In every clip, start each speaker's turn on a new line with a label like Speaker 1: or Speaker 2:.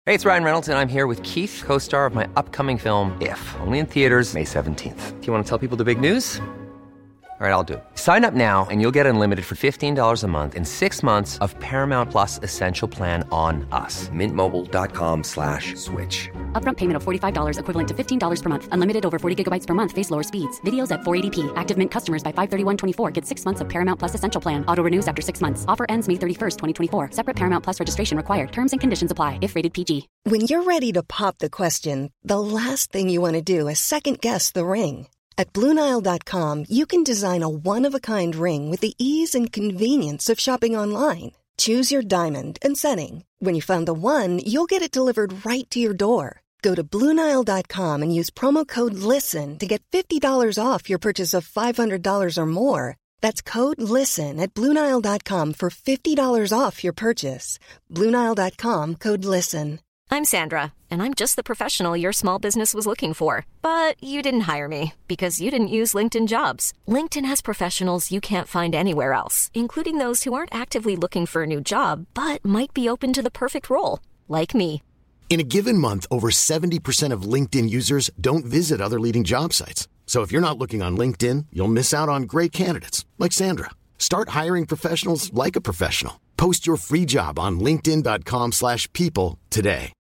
Speaker 1: Hey, it's Ryan Reynolds, and I'm here with Keith, co-star of my upcoming film, If, only in theaters May 17th. Do you want to tell people the big news? All right, I'll do it. Sign up now and you'll get unlimited for $15 a month and 6 months of Paramount Plus Essential Plan on us. MintMobile.com/switch.
Speaker 2: Upfront payment of $45 equivalent to $15 per month. Unlimited over 40 gigabytes per month. Face lower speeds. Videos at 480p. Active Mint customers by 531.24 get 6 months of Paramount Plus Essential Plan. Auto renews after 6 months. Offer ends May 31st, 2024. Separate Paramount Plus registration required. Terms and conditions apply if rated PG.
Speaker 3: When you're ready to pop the question, the last thing you want to do is second-guess the ring. At BlueNile.com, you can design a one-of-a-kind ring with the ease and convenience of shopping online. Choose your diamond and setting. When you find the one, you'll get it delivered right to your door. Go to BlueNile.com and use promo code LISTEN to get $50 off your purchase of $500 or more. That's code LISTEN at BlueNile.com for $50 off your purchase. BlueNile.com, code LISTEN.
Speaker 4: I'm Sandra, and I'm just the professional your small business was looking for. But you didn't hire me because you didn't use LinkedIn Jobs. LinkedIn has professionals you can't find anywhere else, including those who aren't actively looking for a new job, but might be open to the perfect role, like me.
Speaker 5: In a given month, over 70% of LinkedIn users don't visit other leading job sites. So if you're not looking on LinkedIn, you'll miss out on great candidates like Sandra. Start hiring professionals like a professional. Post your free job on linkedin.com/people today.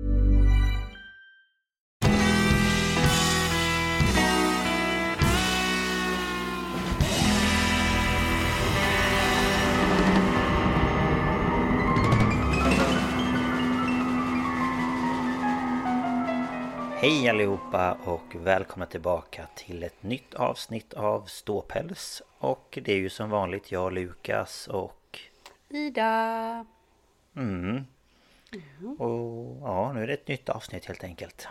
Speaker 6: Hej allihopa och välkomna tillbaka till ett nytt avsnitt av Ståpäls. Och det är ju som vanligt jag, Lukas och
Speaker 7: Ida.
Speaker 6: Och ja, nu är det ett nytt avsnitt helt enkelt.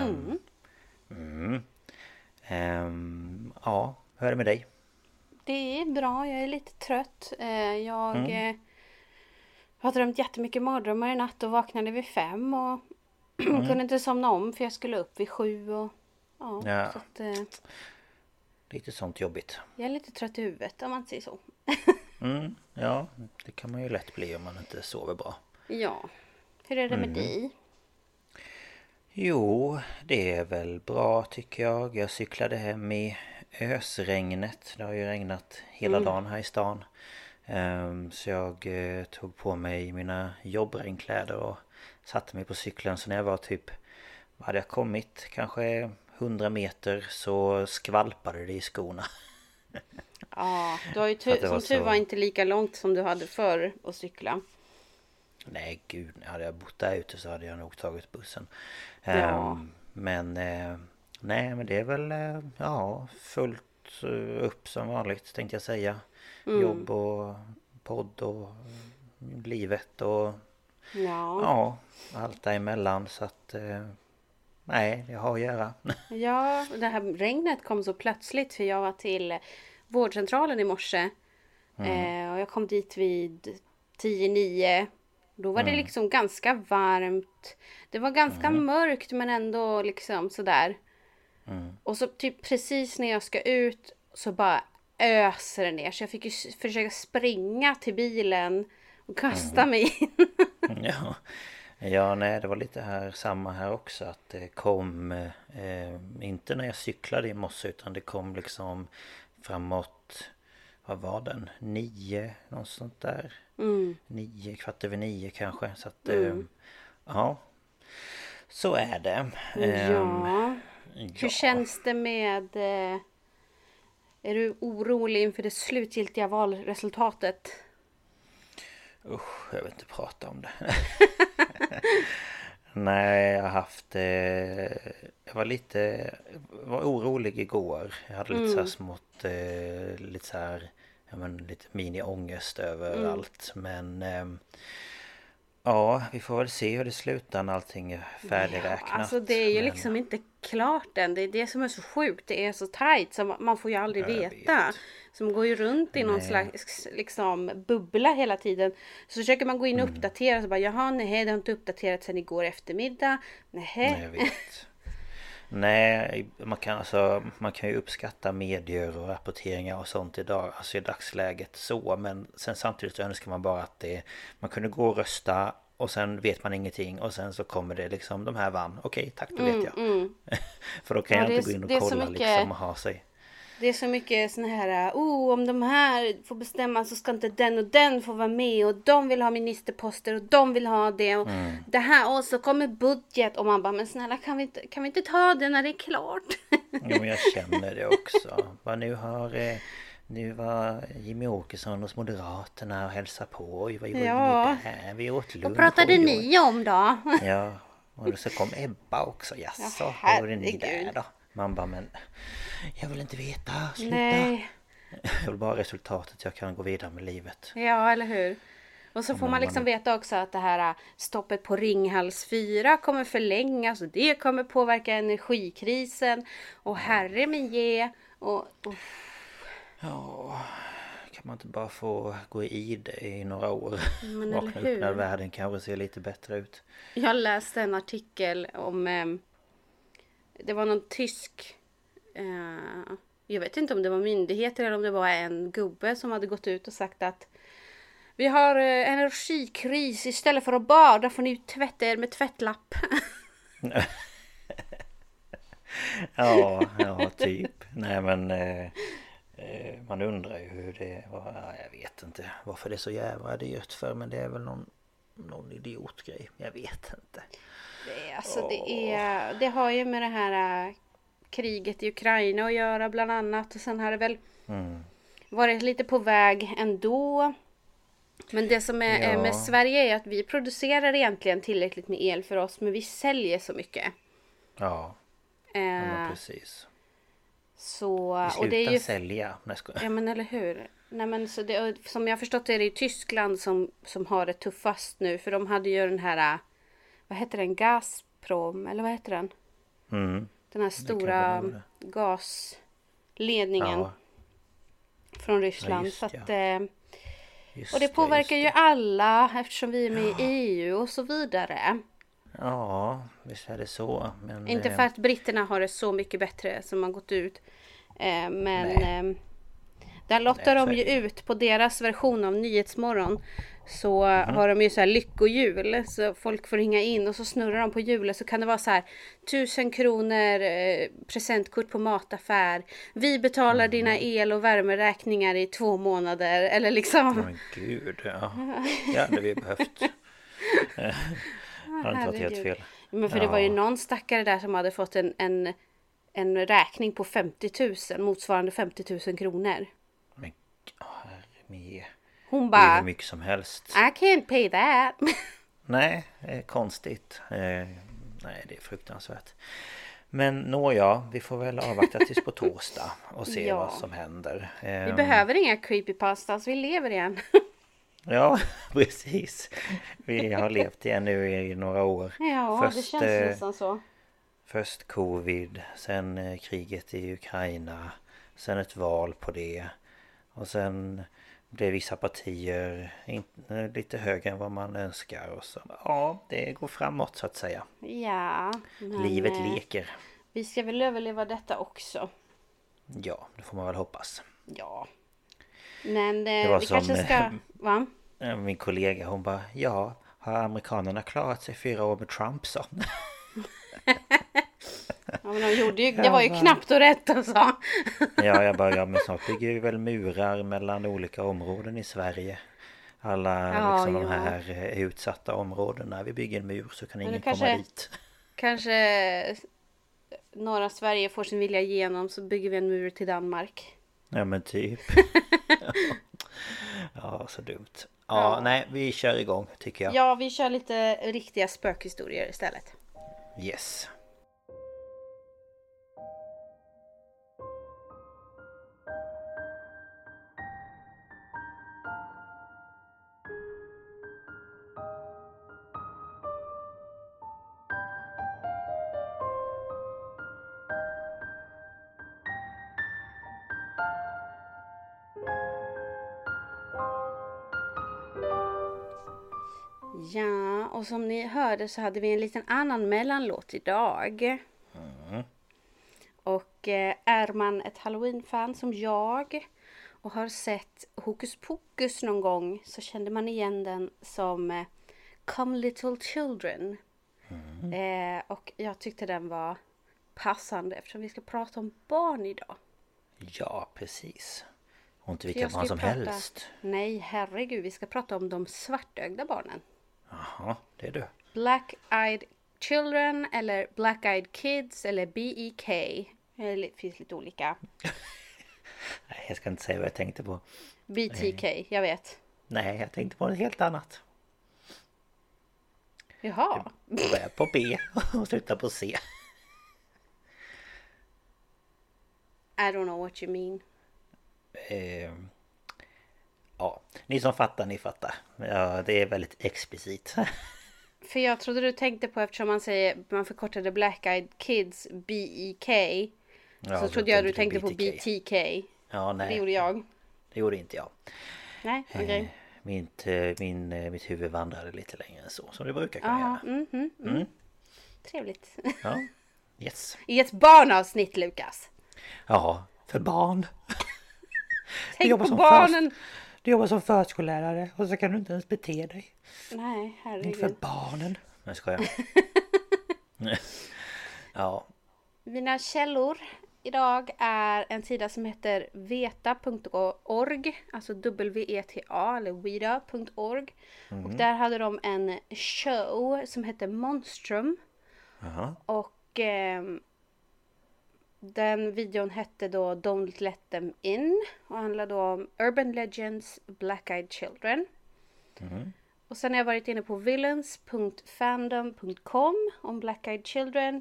Speaker 6: Ja, hur är det med dig?
Speaker 7: Det är bra, jag är lite trött. Jag har drömt jättemycket mardrömmar i natt och vaknade vid 5 och kunde inte somna om för jag skulle upp vid 7 och
Speaker 6: Ja.
Speaker 7: så att,
Speaker 6: Lite sånt jobbigt.
Speaker 7: jag är lite trött i huvudet om man säger så.
Speaker 6: Ja, det kan man ju lätt bli om man inte sover bra.
Speaker 7: Ja, hur är det med dig?
Speaker 6: Jo, det är väl bra tycker jag. Jag cyklade hem i ösregnet. Det har ju regnat hela dagen här i stan. Så jag tog på mig mina jobbregnkläder och satte mig på cykeln. Så när jag var typ, vad hade jag kommit? Kanske 100 meter så skvalpade det i skorna.
Speaker 7: Ja, du har ju
Speaker 6: Som
Speaker 7: tur var inte lika långt som du hade förr att cykla.
Speaker 6: Nej gud, hade jag bott där ute så hade jag nog tagit bussen.
Speaker 7: Ja.
Speaker 6: Men nej, men det är väl fullt upp som vanligt tänkte jag säga. Jobb och podd och livet och ja, allt däremellan så att nej, jag har att göra.
Speaker 7: Ja, det här regnet kom så plötsligt för jag var till vårdcentralen i morse och jag kom dit vid 10-9. Då var det liksom ganska varmt. Det var ganska mörkt men ändå liksom sådär. Och så typ precis när jag ska ut så bara öser det ner. Så jag fick ju försöka springa till bilen och kasta mig in.
Speaker 6: Ja, nej, det var lite här samma här också att det kom inte när jag cyklade i morse utan det kom liksom framåt, vad var den? 9, något sånt där. 9, 8:15 kanske. Så att ja, så är det.
Speaker 7: Ja. Hur känns det med... Är du orolig inför det slutgiltiga valresultatet?
Speaker 6: Jag vill inte prata om det. Nej, jag har haft... jag var orolig igår. Jag hade lite så här smått... lite så här... lite mini-ångest över allt. Men... ja, vi får väl se hur det slutar när allting är färdigräknat.
Speaker 7: Ja, alltså det är ju liksom inte klart än. Det är det som är så sjukt. Det är så tajt så man får ju aldrig veta. Så man går ju runt i någon slags liksom bubbla hela tiden. Så försöker man gå in och uppdatera så bara, jaha, nej, det har inte uppdaterat sedan igår eftermiddag. Nej,
Speaker 6: jag vet. Nej, man kan ju uppskatta medier och rapporteringar och sånt idag, alltså i dagsläget så, men sen samtidigt så önskar man bara att man kunde gå och rösta och sen vet man ingenting och sen så kommer det liksom de här vann. Okej, tack, då vet jag. För då kan jag inte gå in och kolla liksom och ha sig.
Speaker 7: Det är så mycket sån här, om de här får bestämma så ska inte den och den få vara med och de vill ha ministerposter och de vill ha det och det här och så kommer budget och man bara, men snälla kan vi inte ta det när det är klart?
Speaker 6: Ja, men jag känner det också. Nu var Jimmy Åkesson hos Moderaterna och hälsa på. Vad gjorde ni där? Vi åt lunch.
Speaker 7: Vad pratade ni om då?
Speaker 6: Ja, och så kom Ebba också. Jaså, vad gjorde ni där då? Man bara, men jag vill inte veta. Sluta. Nej. Jag vill bara ha resultatet. Jag kan gå vidare med livet.
Speaker 7: Ja, eller hur? Och så får man liksom veta också att det här stoppet på Ringhals 4 kommer förlängas. Och det kommer påverka energikrisen. Och herre min ge.
Speaker 6: Ja, kan man inte bara få gå i det i några år?
Speaker 7: Men
Speaker 6: vakna upp när världen kanske ser lite bättre ut.
Speaker 7: Jag läste en artikel om... det var någon tysk... jag vet inte om det var myndigheter eller om det var en gubbe som hade gått ut och sagt att vi har energikris, istället för att bada får ni tvätta er med tvättlapp.
Speaker 6: ja, typ. Nej, men man undrar ju hur det var. Jag vet inte varför det är så jävla dyrt för, men det är väl någon idiotgrej. Jag vet inte.
Speaker 7: Det har ju med det här kriget i Ukraina att göra bland annat. Och sen har det väl varit lite på väg ändå. Men det som är med Sverige är att vi producerar egentligen tillräckligt med el för oss, men vi säljer så mycket.
Speaker 6: Ja, men precis.
Speaker 7: Så,
Speaker 6: vi
Speaker 7: och det är ju
Speaker 6: sälja.
Speaker 7: Ja, men eller hur? Nej, men så det, som jag förstått är det ju Tyskland som har det tuffast nu. För de hade ju den här, vad heter den? Gazprom, eller vad heter den? Den här stora gasledningen från Ryssland. Så att, och det påverkar ju alla eftersom vi är med i EU och så vidare.
Speaker 6: Ja, visst är det så. Men,
Speaker 7: inte för att britterna har det så mycket bättre som har gått ut. Men där lottar de ju ut på deras version av Nyhetsmorgon. Så har de ju så här lyckohjul. Så folk får ringa in och så snurrar de på hjulet. Så kan det vara så här 1000 kronor presentkort på mataffär. Vi betalar dina el- och värmeräkningar i 2 månader. Eller liksom.
Speaker 6: Men gud, ja. Det hade vi behövt. Har inte varit helt fel.
Speaker 7: Men för det var ju någon stackare där som hade fått en räkning på 50 000, motsvarande 50 000 kronor.
Speaker 6: Men herre,
Speaker 7: hon bara,
Speaker 6: det är hur mycket som helst.
Speaker 7: I can't pay that.
Speaker 6: Nej, det är konstigt. Nej, det är fruktansvärt. Men nåja, vi får väl avvakta tills på torsdag och se vad som händer.
Speaker 7: Vi behöver inga creepypastas, vi lever igen.
Speaker 6: Ja, precis. Vi har levt igen nu i några år.
Speaker 7: Ja, först, det känns nästan så.
Speaker 6: Först covid, sen kriget i Ukraina, sen ett val på det. Och sen blev vissa partier lite högre än vad man önskar. Och så, ja, det går framåt så att säga.
Speaker 7: Ja.
Speaker 6: Men livet leker.
Speaker 7: Vi ska väl överleva detta också.
Speaker 6: Ja, det får man väl hoppas.
Speaker 7: Ja. Men vi kanske ska... Va?
Speaker 6: Min kollega, hon bara, ja, har amerikanerna klarat sig 4 år med Trump så?
Speaker 7: Ja, men de gjorde ju, det var ju knappt och rätt alltså.
Speaker 6: Jag bara, men snart bygger vi väl murar mellan olika områden i Sverige. Alla liksom de här utsatta områdena. Vi bygger en mur så kan ingen komma dit. Kanske
Speaker 7: norra Sverige får sin vilja igenom så bygger vi en mur till Danmark.
Speaker 6: Ja, men typ. Ja, så dumt. Ja, nej, vi kör igång tycker jag.
Speaker 7: Ja, vi kör lite riktiga spökhistorier istället.
Speaker 6: Yes.
Speaker 7: Ja, och som ni hörde så hade vi en liten annan mellanlåt idag. Och är man ett Halloween-fan som jag och har sett Hokus Pokus någon gång så kände man igen den som Come Little Children. Och jag tyckte den var passande eftersom vi ska prata om barn idag.
Speaker 6: Ja, precis. Och inte vilka barn som helst.
Speaker 7: Nej, herregud. Vi ska prata om de svartögda barnen.
Speaker 6: Jaha, det är du.
Speaker 7: Black-eyed children eller black-eyed kids eller BEK. Det finns lite olika.
Speaker 6: Nej, jag ska inte säga vad jag tänkte på.
Speaker 7: BTK, jag vet.
Speaker 6: Nej, jag tänkte på något helt annat.
Speaker 7: Jaha.
Speaker 6: Jag börjar på B och slutar på C.
Speaker 7: I don't know what you mean.
Speaker 6: Ja, ni som fattar, ni fattar. Ja, det är väldigt explicit.
Speaker 7: För jag trodde du tänkte på, eftersom man förkortade Black-eyed kids BEK.
Speaker 6: Ja,
Speaker 7: så trodde jag du tänkte på BTK.
Speaker 6: Ja, nej.
Speaker 7: Det gjorde jag.
Speaker 6: Det gjorde inte jag.
Speaker 7: Nej, okej.
Speaker 6: Mitt huvud vandrade lite längre än så. Som det brukar kunna göra.
Speaker 7: Trevligt.
Speaker 6: Ja, yes.
Speaker 7: I ett barnavsnitt, Lukas.
Speaker 6: Ja, för barn.
Speaker 7: Tänk på barnen.
Speaker 6: Du jobbar som förskollärare och så kan du inte ens bete dig.
Speaker 7: Nej, herregud.
Speaker 6: För barnen. Jag skojar. Ja.
Speaker 7: Mina källor idag är en sida som heter veta.org. Alltså WETA eller weta.org. Och där hade de en show som heter Monstrum. Och den videon hette då Don't Let Them In. Och handlade då om Urban Legends Black-eyed Children. Och sen har jag varit inne på villains.fandom.com om Black-eyed Children.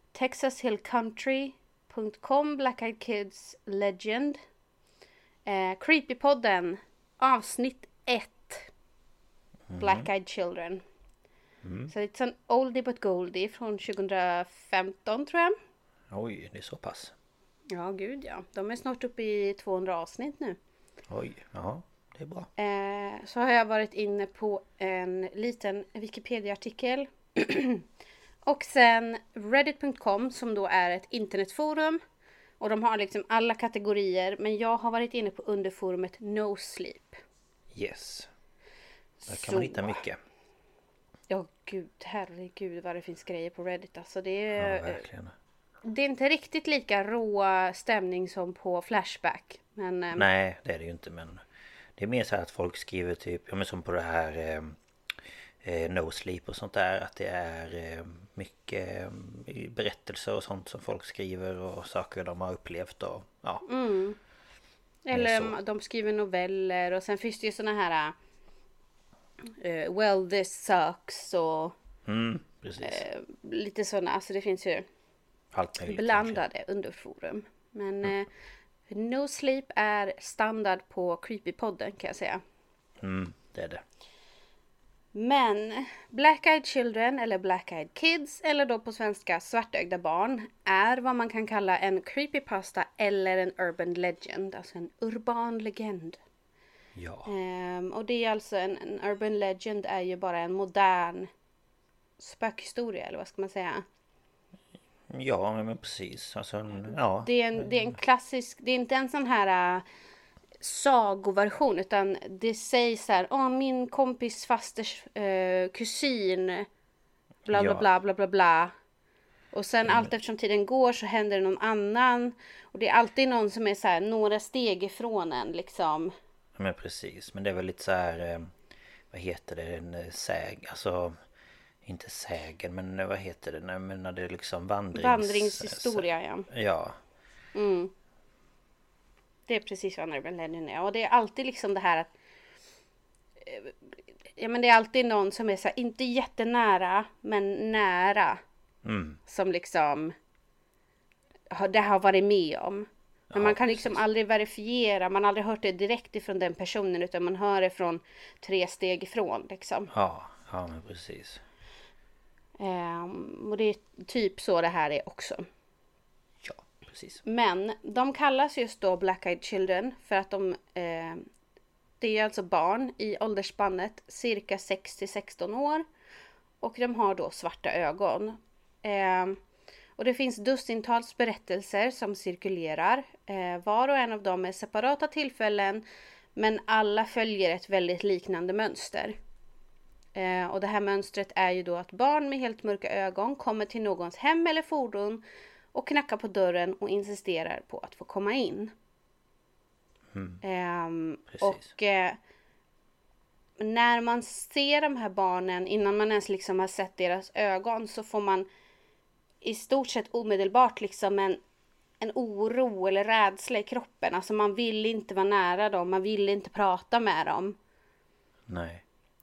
Speaker 7: texashillcountry.com Black-eyed Kids Legend. Creepypodden avsnitt 1 Black-eyed Children. Så det är en oldie but goldie från 2015 tror jag.
Speaker 6: Oj, det är så pass.
Speaker 7: Ja, gud ja. De är snart uppe i 200 avsnitt nu.
Speaker 6: Oj, ja, det är bra.
Speaker 7: Så har jag varit inne på en liten Wikipedia-artikel. Och sen reddit.com som då är ett internetforum. Och de har liksom alla kategorier. Men jag har varit inne på underforumet No Sleep.
Speaker 6: Yes. Där kan man hitta mycket.
Speaker 7: Ja, gud, herregud vad det finns grejer på Reddit. Alltså det är...
Speaker 6: Ja, verkligen.
Speaker 7: Det är inte riktigt lika rå stämning som på Flashback. Men,
Speaker 6: nej, det är det ju inte. Men det är mer så här att folk skriver typ, ja men som på det här No Sleep och sånt där. Att det är mycket berättelser och sånt som folk skriver och saker de har upplevt och ja.
Speaker 7: Eller de skriver noveller och sen finns det ju såna här Well this sucks och
Speaker 6: precis.
Speaker 7: Lite sådana, alltså det finns ju
Speaker 6: allt möjligt,
Speaker 7: blandade underforum. Men No Sleep är standard på Creepypodden kan jag säga.
Speaker 6: Det är det.
Speaker 7: Men Black-eyed Children eller Black-eyed Kids eller då på svenska svartögda barn är vad man kan kalla en creepypasta eller en urban legend, alltså en urban legend.
Speaker 6: Ja.
Speaker 7: Och det är alltså en urban legend är ju bara en modern spökhistoria eller vad ska man säga?
Speaker 6: Ja, men precis. Alltså, ja.
Speaker 7: Det är en klassisk, det är inte en sån här sagoversion utan det sägs så här, min kompis fasters kusin bla bla bla bla bla bla. Och sen allt eftersom tiden går så händer det någon annan och det är alltid någon som är så här några steg ifrån en liksom.
Speaker 6: Ja, men precis, men det är väl lite så här vad heter det, en säg, alltså inte sägen, men vad heter det, när det är liksom
Speaker 7: vandringshistoria, ja.
Speaker 6: Ja.
Speaker 7: Det är precis vad Urban Legend är. Och det är alltid liksom det här att ja men det är alltid någon som är så här, inte jättenära men nära. Som liksom det har varit med om. Men man kan liksom aldrig verifiera, man har aldrig hört det direkt ifrån den personen utan man hör det från 3 steg ifrån liksom.
Speaker 6: Ja men precis.
Speaker 7: Och det är typ så det här är också.
Speaker 6: Ja, precis.
Speaker 7: Men de kallas just då Black-eyed Children för att det är alltså barn i åldersspannet cirka 6-16 år. Och de har då svarta ögon. Och det finns dussintals berättelser som cirkulerar. Var och en av dem är separata tillfällen men alla följer ett väldigt liknande mönster. Och det här mönstret är ju då att barn med helt mörka ögon kommer till någons hem eller fordon och knackar på dörren och insisterar på att få komma in. Och när man ser de här barnen, innan man ens liksom har sett deras ögon, så får man i stort sett omedelbart liksom en oro eller rädsla i kroppen. Alltså man vill inte vara nära dem, man vill inte prata med dem.
Speaker 6: Nej.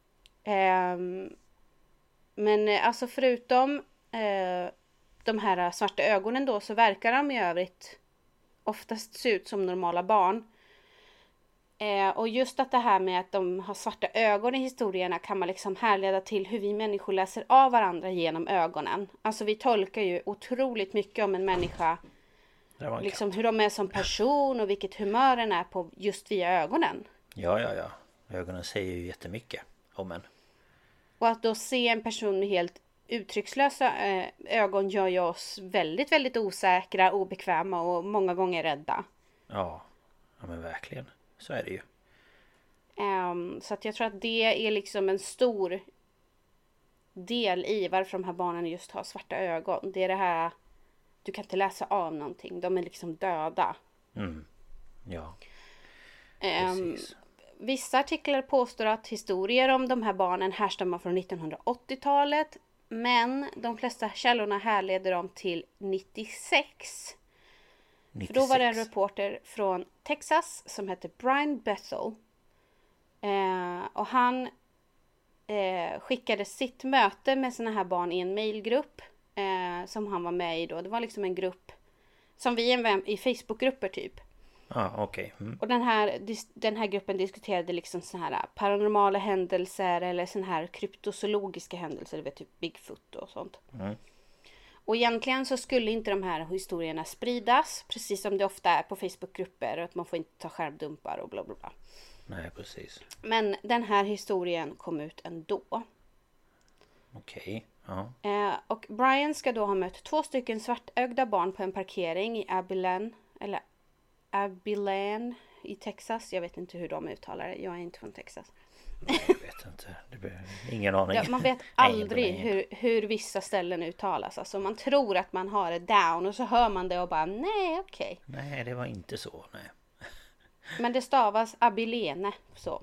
Speaker 7: Men alltså förutom de här svarta ögonen då, så verkar de i övrigt oftast se ut som normala barn. Och just att det här med att de har svarta ögon i historierna kan man liksom härleda till hur vi människor läser av varandra genom ögonen. Alltså vi tolkar ju otroligt mycket om en människa, liksom hur de är som person och vilket humör den är på just via ögonen.
Speaker 6: Ja. Ögonen säger ju jättemycket om en.
Speaker 7: Och att då se en person med helt uttryckslösa ögon gör ju oss väldigt, väldigt osäkra, obekväma och många gånger rädda.
Speaker 6: Ja men verkligen. Så är det ju.
Speaker 7: Så att jag tror att det är liksom en stor del i varför de här barnen just har svarta ögon. Det är det här, du kan inte läsa av någonting. De är liksom döda.
Speaker 6: Ja. Precis.
Speaker 7: Vissa artiklar påstår att historier om de här barnen härstammar från 1980-talet. Men de flesta källorna härleder dem till 96. För då var det en reporter från Texas som hette Brian Bethel. Och han skickade sitt möte med såna här barn i en mailgrupp som han var med i då. Det var liksom en grupp som vi är i Facebookgrupper typ.
Speaker 6: Okej.
Speaker 7: Och den här gruppen diskuterade liksom såna här paranormala händelser eller såna här kryptozoologiska händelser, det var typ Bigfoot och sånt. Och egentligen så skulle inte de här historierna spridas, precis som det ofta är på Facebookgrupper, att man får inte ta skärmdumpar och bla bla bla.
Speaker 6: Nej, precis.
Speaker 7: Men den här historien kom ut ändå.
Speaker 6: Okej, ja.
Speaker 7: Och Brian ska då ha mött 2 stycken svartögda barn på en parkering i Abilene i Texas. Jag vet inte hur de uttalar det. Jag är inte från Texas.
Speaker 6: Nej, jag vet inte. Ingen aning.
Speaker 7: Ja, man vet aldrig hur vissa ställen uttalas. Alltså man tror att man har det down och så hör man det och bara nej, okej.
Speaker 6: Nej, det var inte så, nej.
Speaker 7: Men det stavas Abilene, så.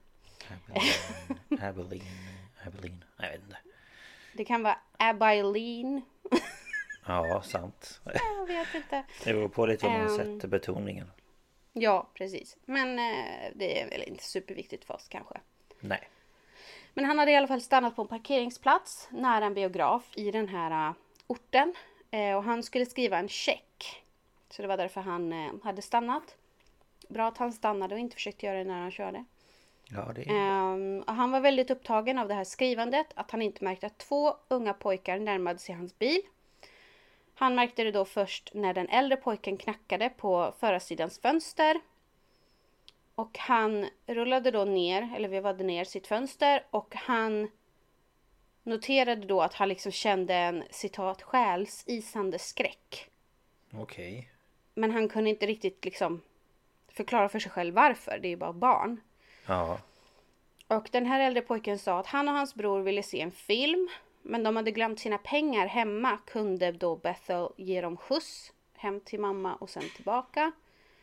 Speaker 6: Abilene. Jag vet inte.
Speaker 7: Det kan vara Abilene.
Speaker 6: Ja, sant.
Speaker 7: Jag vet inte.
Speaker 6: Det beror på lite om man sätter betoningen.
Speaker 7: Ja, precis. Men det är väl inte superviktigt för oss kanske.
Speaker 6: Nej.
Speaker 7: Men han hade i alla fall stannat på en parkeringsplats nära en biograf i den här orten. Och han skulle skriva en check. Så det var därför han hade stannat. Bra att han stannade och inte försökte göra det när han körde.
Speaker 6: Ja, det
Speaker 7: och han var väldigt upptagen av det här skrivandet. Att han inte märkte att 2 unga pojkar närmade sig hans bil. Han märkte det då först när den äldre pojken knackade på förarsidans fönster. Och han rullade då ner, eller vevade ner sitt fönster. Och han noterade då att han liksom kände en, citat, själsisande skräck.
Speaker 6: Okej.
Speaker 7: Men han kunde inte riktigt liksom förklara för sig själv varför. Det är ju bara barn.
Speaker 6: Ja.
Speaker 7: Och den här äldre pojken sa att han och hans bror ville se en film. Men de hade glömt sina pengar hemma. Kunde då Bethel ge dem skjuts hem till mamma och sen tillbaka.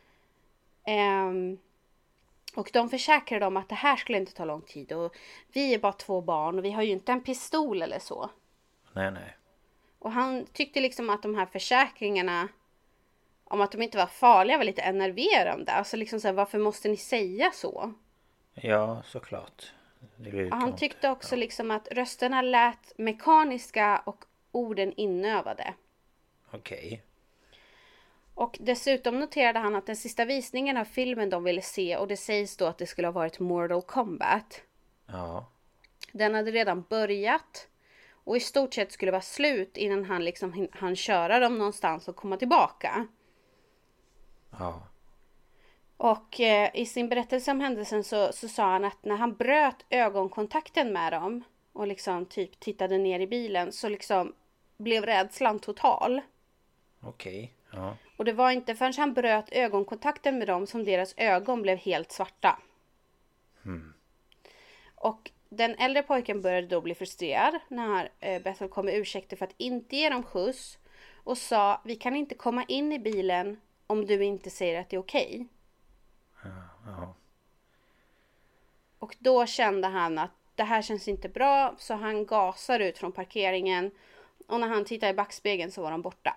Speaker 7: Och de försäkrade dem att det här skulle inte ta lång tid. Och vi är bara 2 barn och vi har ju inte en pistol eller så.
Speaker 6: Nej.
Speaker 7: Och han tyckte liksom att de här försäkringarna om att de inte var farliga var lite enerverande. Alltså liksom så här, varför måste ni säga så?
Speaker 6: Ja, såklart.
Speaker 7: Han tyckte också liksom att rösterna lät mekaniska och orden inövade.
Speaker 6: Okej.
Speaker 7: Och dessutom noterade han att den sista visningen av filmen de ville se, och det sägs då att det skulle ha varit Mortal Kombat.
Speaker 6: Ja.
Speaker 7: Den hade redan börjat och i stort sett skulle vara slut innan han liksom hann köra dem någonstans och komma tillbaka.
Speaker 6: Ja.
Speaker 7: Och i sin berättelse om händelsen så sa han att när han bröt ögonkontakten med dem och liksom typ tittade ner i bilen så liksom blev rädslan total.
Speaker 6: Okej, ja.
Speaker 7: Och det var inte förrän han bröt ögonkontakten med dem som deras ögon blev helt svarta. Och den äldre pojken började då bli frustrerad när Bethel kom med ursäkter för att inte ge dem skjuts. Och sa, vi kan inte komma in i bilen om du inte säger att det är okej.
Speaker 6: Ja.
Speaker 7: Och då kände han att det här känns inte bra. Så han gasar ut från parkeringen. Och när han tittar i backspegeln så var de borta.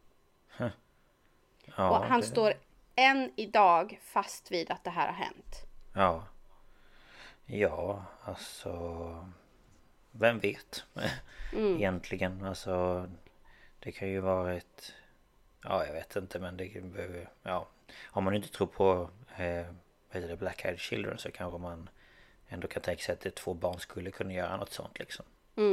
Speaker 6: Ja,
Speaker 7: och han står än idag fast vid att det här har hänt.
Speaker 6: Ja. Ja, alltså... Vem vet? Egentligen, alltså... Det kan ju vara ett... Ja, jag vet inte, men det behöver... Ja, om man inte tror på... Black Eyed Children, så kanske man ändå kan tänka sig att det 2 barn skulle kunna göra något sånt liksom.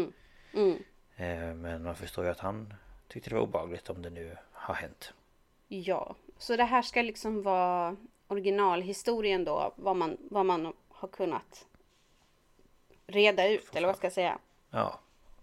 Speaker 6: Men man förstår ju att han tyckte det var obehagligt om det nu har hänt.
Speaker 7: Ja, så det här ska liksom vara originalhistorien då. Vad man har kunnat reda ut, eller vad ska jag säga.
Speaker 6: Ja.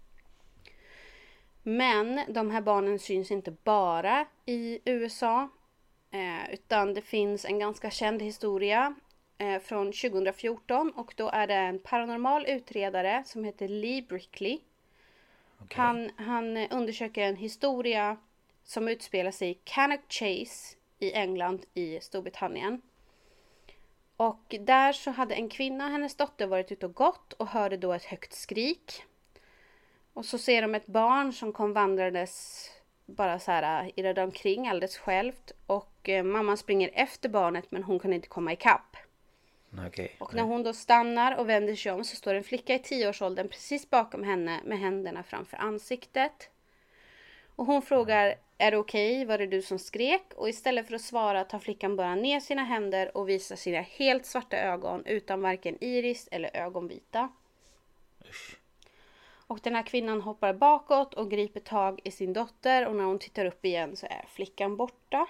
Speaker 7: Men de här barnen syns inte bara i USA. Utan det finns en ganska känd historia från 2014. Och då är det en paranormal utredare som heter Lee Brickley. Okay. Han undersöker en historia som utspelar sig i Cannock Chase i England i Storbritannien. Och där så hade en kvinna och hennes dotter varit ute och gått och hörde då ett högt skrik. Och så ser de ett barn som kom vandrandes bara så här irrade omkring alldeles självt. Och mamman springer efter barnet men hon kan inte komma ikapp.
Speaker 6: Okay.
Speaker 7: Och när hon då stannar och vänder sig om så står en flicka i 10-årsåldern precis bakom henne med händerna framför ansiktet. Och hon frågar, är det okej? Var det du som skrek? Och istället för att svara tar flickan bara ner sina händer och visar sina helt svarta ögon utan varken iris eller ögonvita.
Speaker 6: Usch.
Speaker 7: Och den här kvinnan hoppar bakåt och griper tag i sin dotter. Och när hon tittar upp igen så är flickan borta.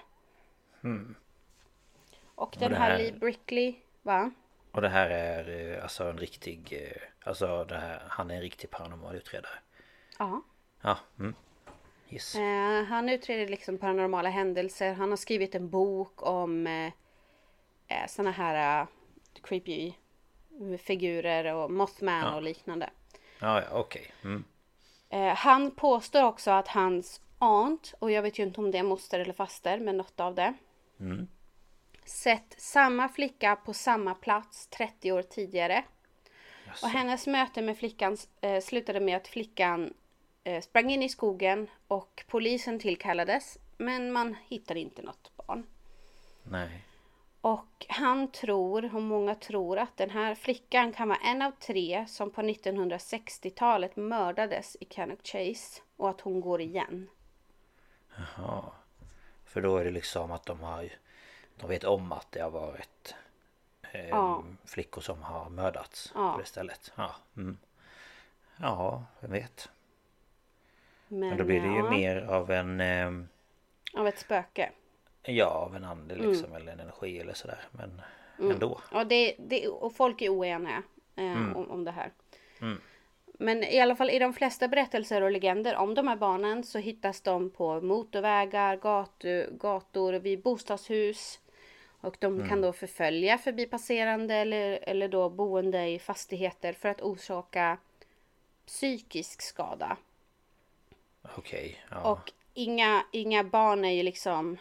Speaker 7: Och den här Lee Brickley, va?
Speaker 6: Och det här är alltså en riktig... Alltså det här, han är en riktig paranormal utredare.
Speaker 7: Ja.
Speaker 6: Ja, yes.
Speaker 7: Han utreder liksom paranormala händelser. Han har skrivit en bok om såna här creepy figurer och Mothman och liknande.
Speaker 6: Ja, okej.
Speaker 7: Han påstår också att hans aunt, och jag vet ju inte om det är moster eller faster, men något av det. Sett samma flicka på samma plats 30 år tidigare. Jaså. Och hennes möte med flickan slutade med att flickan sprang in i skogen och polisen tillkallades. Men man hittade inte något barn.
Speaker 6: Nej.
Speaker 7: Och han tror, och många tror, att den här flickan kan vara en av 3 som på 1960-talet mördades i Cannock Chase. Och att hon går igen.
Speaker 6: Jaha. För då är det liksom att de vet om att det har varit flickor som har mördats på det stället. Ja, ja, vem vet. Men då blir det ju mer av en...
Speaker 7: av ett spöke.
Speaker 6: Ja, av en ande liksom, eller en energi eller sådär. Men ändå.
Speaker 7: Ja, och folk är oeniga om det här. Men i alla fall i de flesta berättelser och legender om de här barnen så hittas de på motorvägar, gator, vid bostadshus. Och de kan då förfölja förbipasserande eller då boende i fastigheter för att orsaka psykisk skada.
Speaker 6: Okej. Ja.
Speaker 7: Och inga barn är ju liksom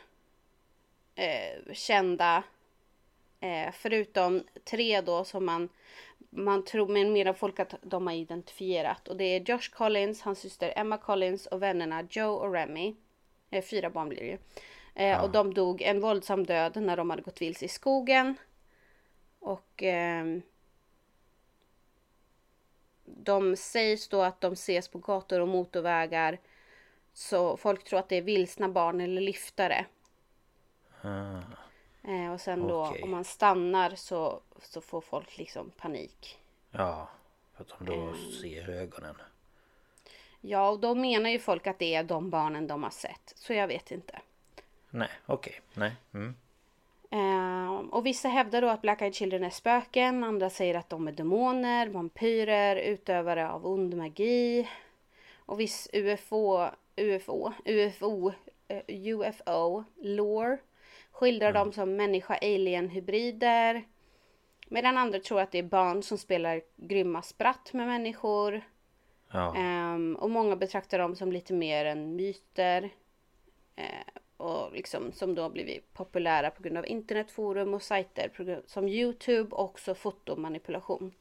Speaker 7: kända förutom 3 då som man tror med mer av folk att de har identifierat. Och det är Josh Collins, hans syster Emma Collins och vännerna Joe och Remy. 4 barn blir det ju. Och de dog en våldsam död när de hade gått vilse i skogen. Och de sägs då att de ses på gator och motorvägar. Så folk tror att det är vilsna barn eller lyftare. Och sen då om man stannar så får folk liksom panik.
Speaker 6: Ja, för att de då ser ögonen.
Speaker 7: Ja, och då menar ju folk att det är de barnen de har sett. Så jag vet inte.
Speaker 6: Nej, okej. Nej.
Speaker 7: Och vissa hävdar då att Black Eyed Children är spöken. Andra säger att de är demoner, vampyrer, utövare av ond magi. Och viss UFO lore skildrar dem som människa-alien-hybrider. Medan andra tror att det är barn som spelar grymma spratt med människor.
Speaker 6: Ja.
Speaker 7: Och många betraktar dem som lite mer än myter. Och liksom som då har blivit populära på grund av internetforum och sajter som YouTube och också fotomanipulation.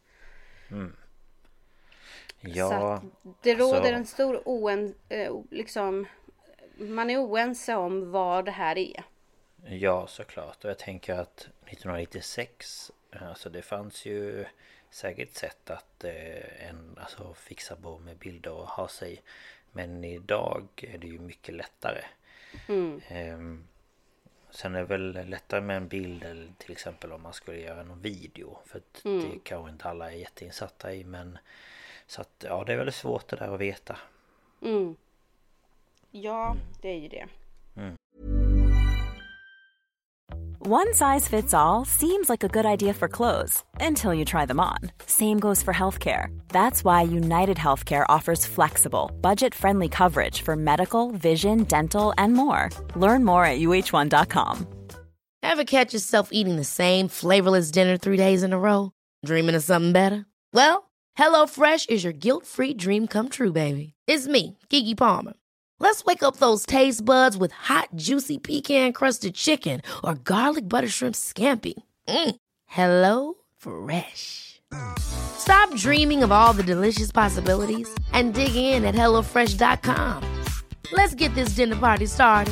Speaker 6: Ja,
Speaker 7: så att det råder en stor liksom, man är oense om vad det här är.
Speaker 6: Ja, såklart. Och jag tänker att 1996, alltså det fanns ju säkert sätt att fixa på med bilder och ha sig. Men idag är det ju mycket lättare. Sen är det väl lättare med en bild, eller till exempel om man skulle göra någon video. För att det kanske inte alla är jätteinsatta i. Men så att ja, det är väldigt svårt det där att veta.
Speaker 7: Ja, det är ju det.
Speaker 8: One size fits all seems like a good idea for clothes until you try them on. Same goes for healthcare. That's why United Healthcare offers flexible, budget-friendly coverage for medical, vision, dental, and more. Learn more at uh1.com.
Speaker 9: Ever catch yourself eating the same flavorless dinner 3 days in a row? Dreaming of something better? Well, HelloFresh is your guilt-free dream come true, baby. It's me, Keke Palmer. Let's wake up those taste buds with hot, juicy pecan-crusted chicken or garlic butter shrimp scampi. Hello Fresh. Stop dreaming of all the delicious possibilities and dig in at HelloFresh.com. Let's get this dinner party started.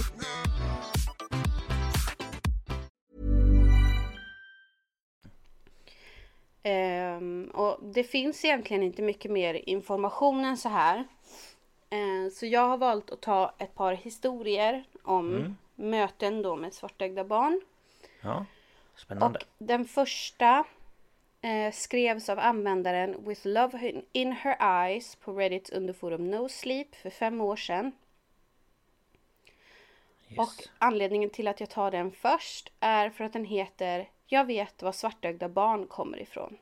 Speaker 7: Och det finns egentligen inte mycket mer information än så här. Så jag har valt att ta ett par historier om möten då med svartögda barn.
Speaker 6: Ja, spännande.
Speaker 7: Och den första skrevs av användaren With Love in Her Eyes på Reddit under forum No Sleep för 5 år sedan.
Speaker 6: Yes.
Speaker 7: Och anledningen till att jag tar den först är för att den heter Jag vet var svartögda barn kommer ifrån.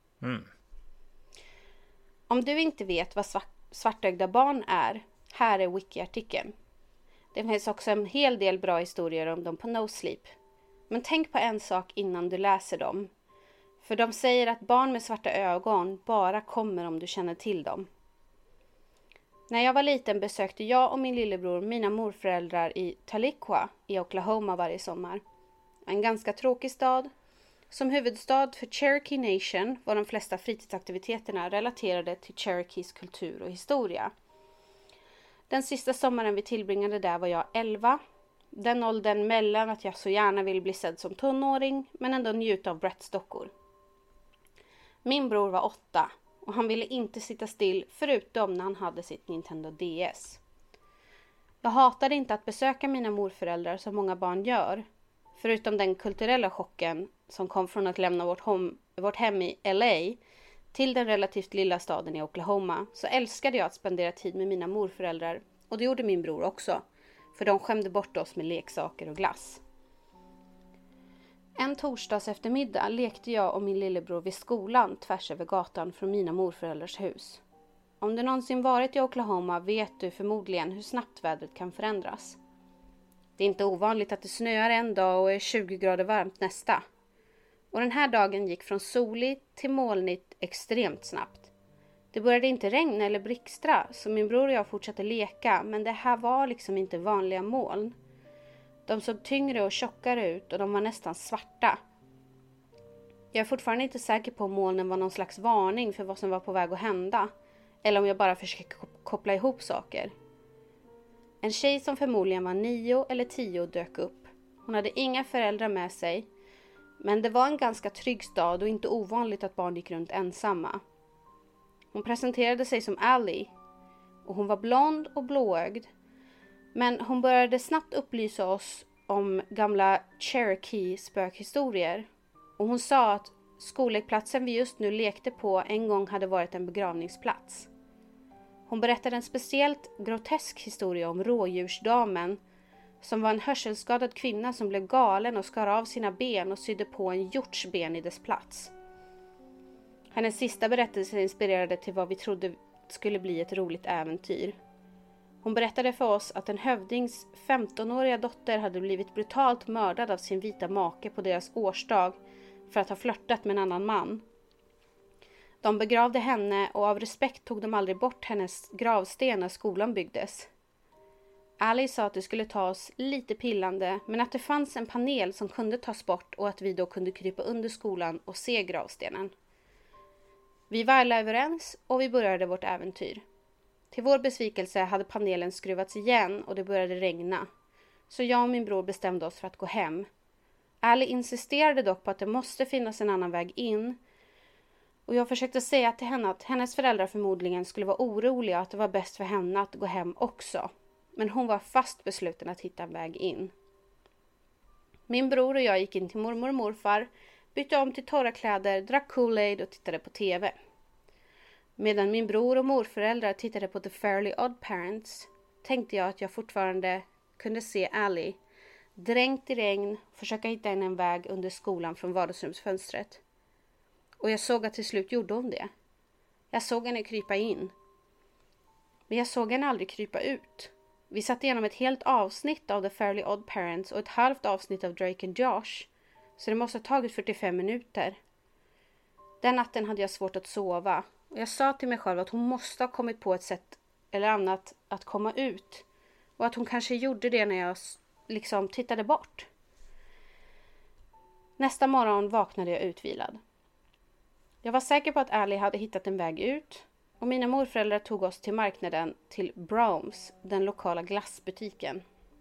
Speaker 7: Om du inte vet vad svartögda barn är, här är wiki-artikeln. Det finns också en hel del bra historier om dem på No Sleep. Men tänk på en sak innan du läser dem. För de säger att barn med svarta ögon bara kommer om du känner till dem. När jag var liten besökte jag och min lillebror mina morföräldrar i Tahlequah i Oklahoma varje sommar. En ganska tråkig stad. Som huvudstad för Cherokee Nation var de flesta fritidsaktiviteterna relaterade till Cherokees kultur och historia. Den sista sommaren vi tillbringade där var jag 11. Den åldern mellan att jag så gärna vill bli sedd som tonåring men ändå njuta av Bratz-dockor. Min bror var 8 och han ville inte sitta still förutom när han hade sitt Nintendo DS. Jag hatade inte att besöka mina morföräldrar som många barn gör. Förutom den kulturella chocken som kom från att lämna vårt hem i LA till den relativt lilla staden i Oklahoma så älskade jag att spendera tid med mina morföräldrar och det gjorde min bror också. För de skämde bort oss med leksaker och glass. En torsdags eftermiddag lekte jag och min lillebror vid skolan tvärs över gatan från mina morföräldrars hus. Om du någonsin varit i Oklahoma vet du förmodligen hur snabbt vädret kan förändras. Det är inte ovanligt att det snöar en dag och är 20 grader varmt nästa. Och den här dagen gick från soligt till molnigt extremt snabbt. Det började inte regna eller blixtra så min bror och jag fortsatte leka men det här var liksom inte vanliga moln. De såg tyngre och tjockare ut och de var nästan svarta. Jag är fortfarande inte säker på om molnen var någon slags varning för vad som var på väg att hända. Eller om jag bara försöker koppla ihop saker. En tjej som förmodligen var 9 eller 10 dök upp. Hon hade inga föräldrar med sig. Men det var en ganska trygg stad och inte ovanligt att barn gick runt ensamma. Hon presenterade sig som Allie. Och hon var blond och blåögd. Men hon började snabbt upplysa oss om gamla Cherokee spökhistorier. Och hon sa att skollekplatsen vi just nu lekte på en gång hade varit en begravningsplats. Hon berättade en speciellt grotesk historia om rådjursdamen som var en hörselskadad kvinna som blev galen och skar av sina ben och sydde på en hjortsben i dess plats. Hennes sista berättelse inspirerade till vad vi trodde skulle bli ett roligt äventyr. Hon berättade för oss att en hövdings 15-åriga dotter hade blivit brutalt mördad av sin vita make på deras årsdag för att ha flörtat med en annan man. De begravde henne och av respekt tog de aldrig bort hennes gravsten när skolan byggdes. Ali sa att det skulle tas lite pillande, men att det fanns en panel som kunde tas bort och att vi då kunde krypa under skolan och se gravstenen. Vi var alla överens och vi började vårt äventyr. Till vår besvikelse hade panelen skruvats igen och det började regna. Så jag och min bror bestämde oss för att gå hem. Ali insisterade dock på att det måste finnas en annan väg in. Och jag försökte säga till henne att hennes föräldrar förmodligen skulle vara oroliga och att det var bäst för henne att gå hem också. Men hon var fast besluten att hitta en väg in. Min bror och jag gick in till mormor och morfar, bytte om till torra kläder, drack Kool-Aid och tittade på TV. Medan min bror och morföräldrar tittade på The Fairly Odd Parents tänkte jag att jag fortfarande kunde se Ali, dränkt i regn, försöka hitta en väg under skolan från vardagsrumsfönstret. Och jag såg att till slut gjorde hon det. Jag såg henne krypa in. Men jag såg henne aldrig krypa ut. Vi satt igenom ett helt avsnitt av The Fairly Odd Parents och ett halvt avsnitt av Drake and Josh. Så det måste ha tagit 45 minuter. Den natten hade jag svårt att sova. Och jag sa till mig själv att hon måste ha kommit på ett sätt eller annat att komma ut. Och att hon kanske gjorde det när jag liksom tittade bort. Nästa morgon vaknade jag utvilad. Jag var säker på att Ali hade hittat en väg ut. Och mina morföräldrar tog oss till marknaden till Brahms, den lokala glassbutiken.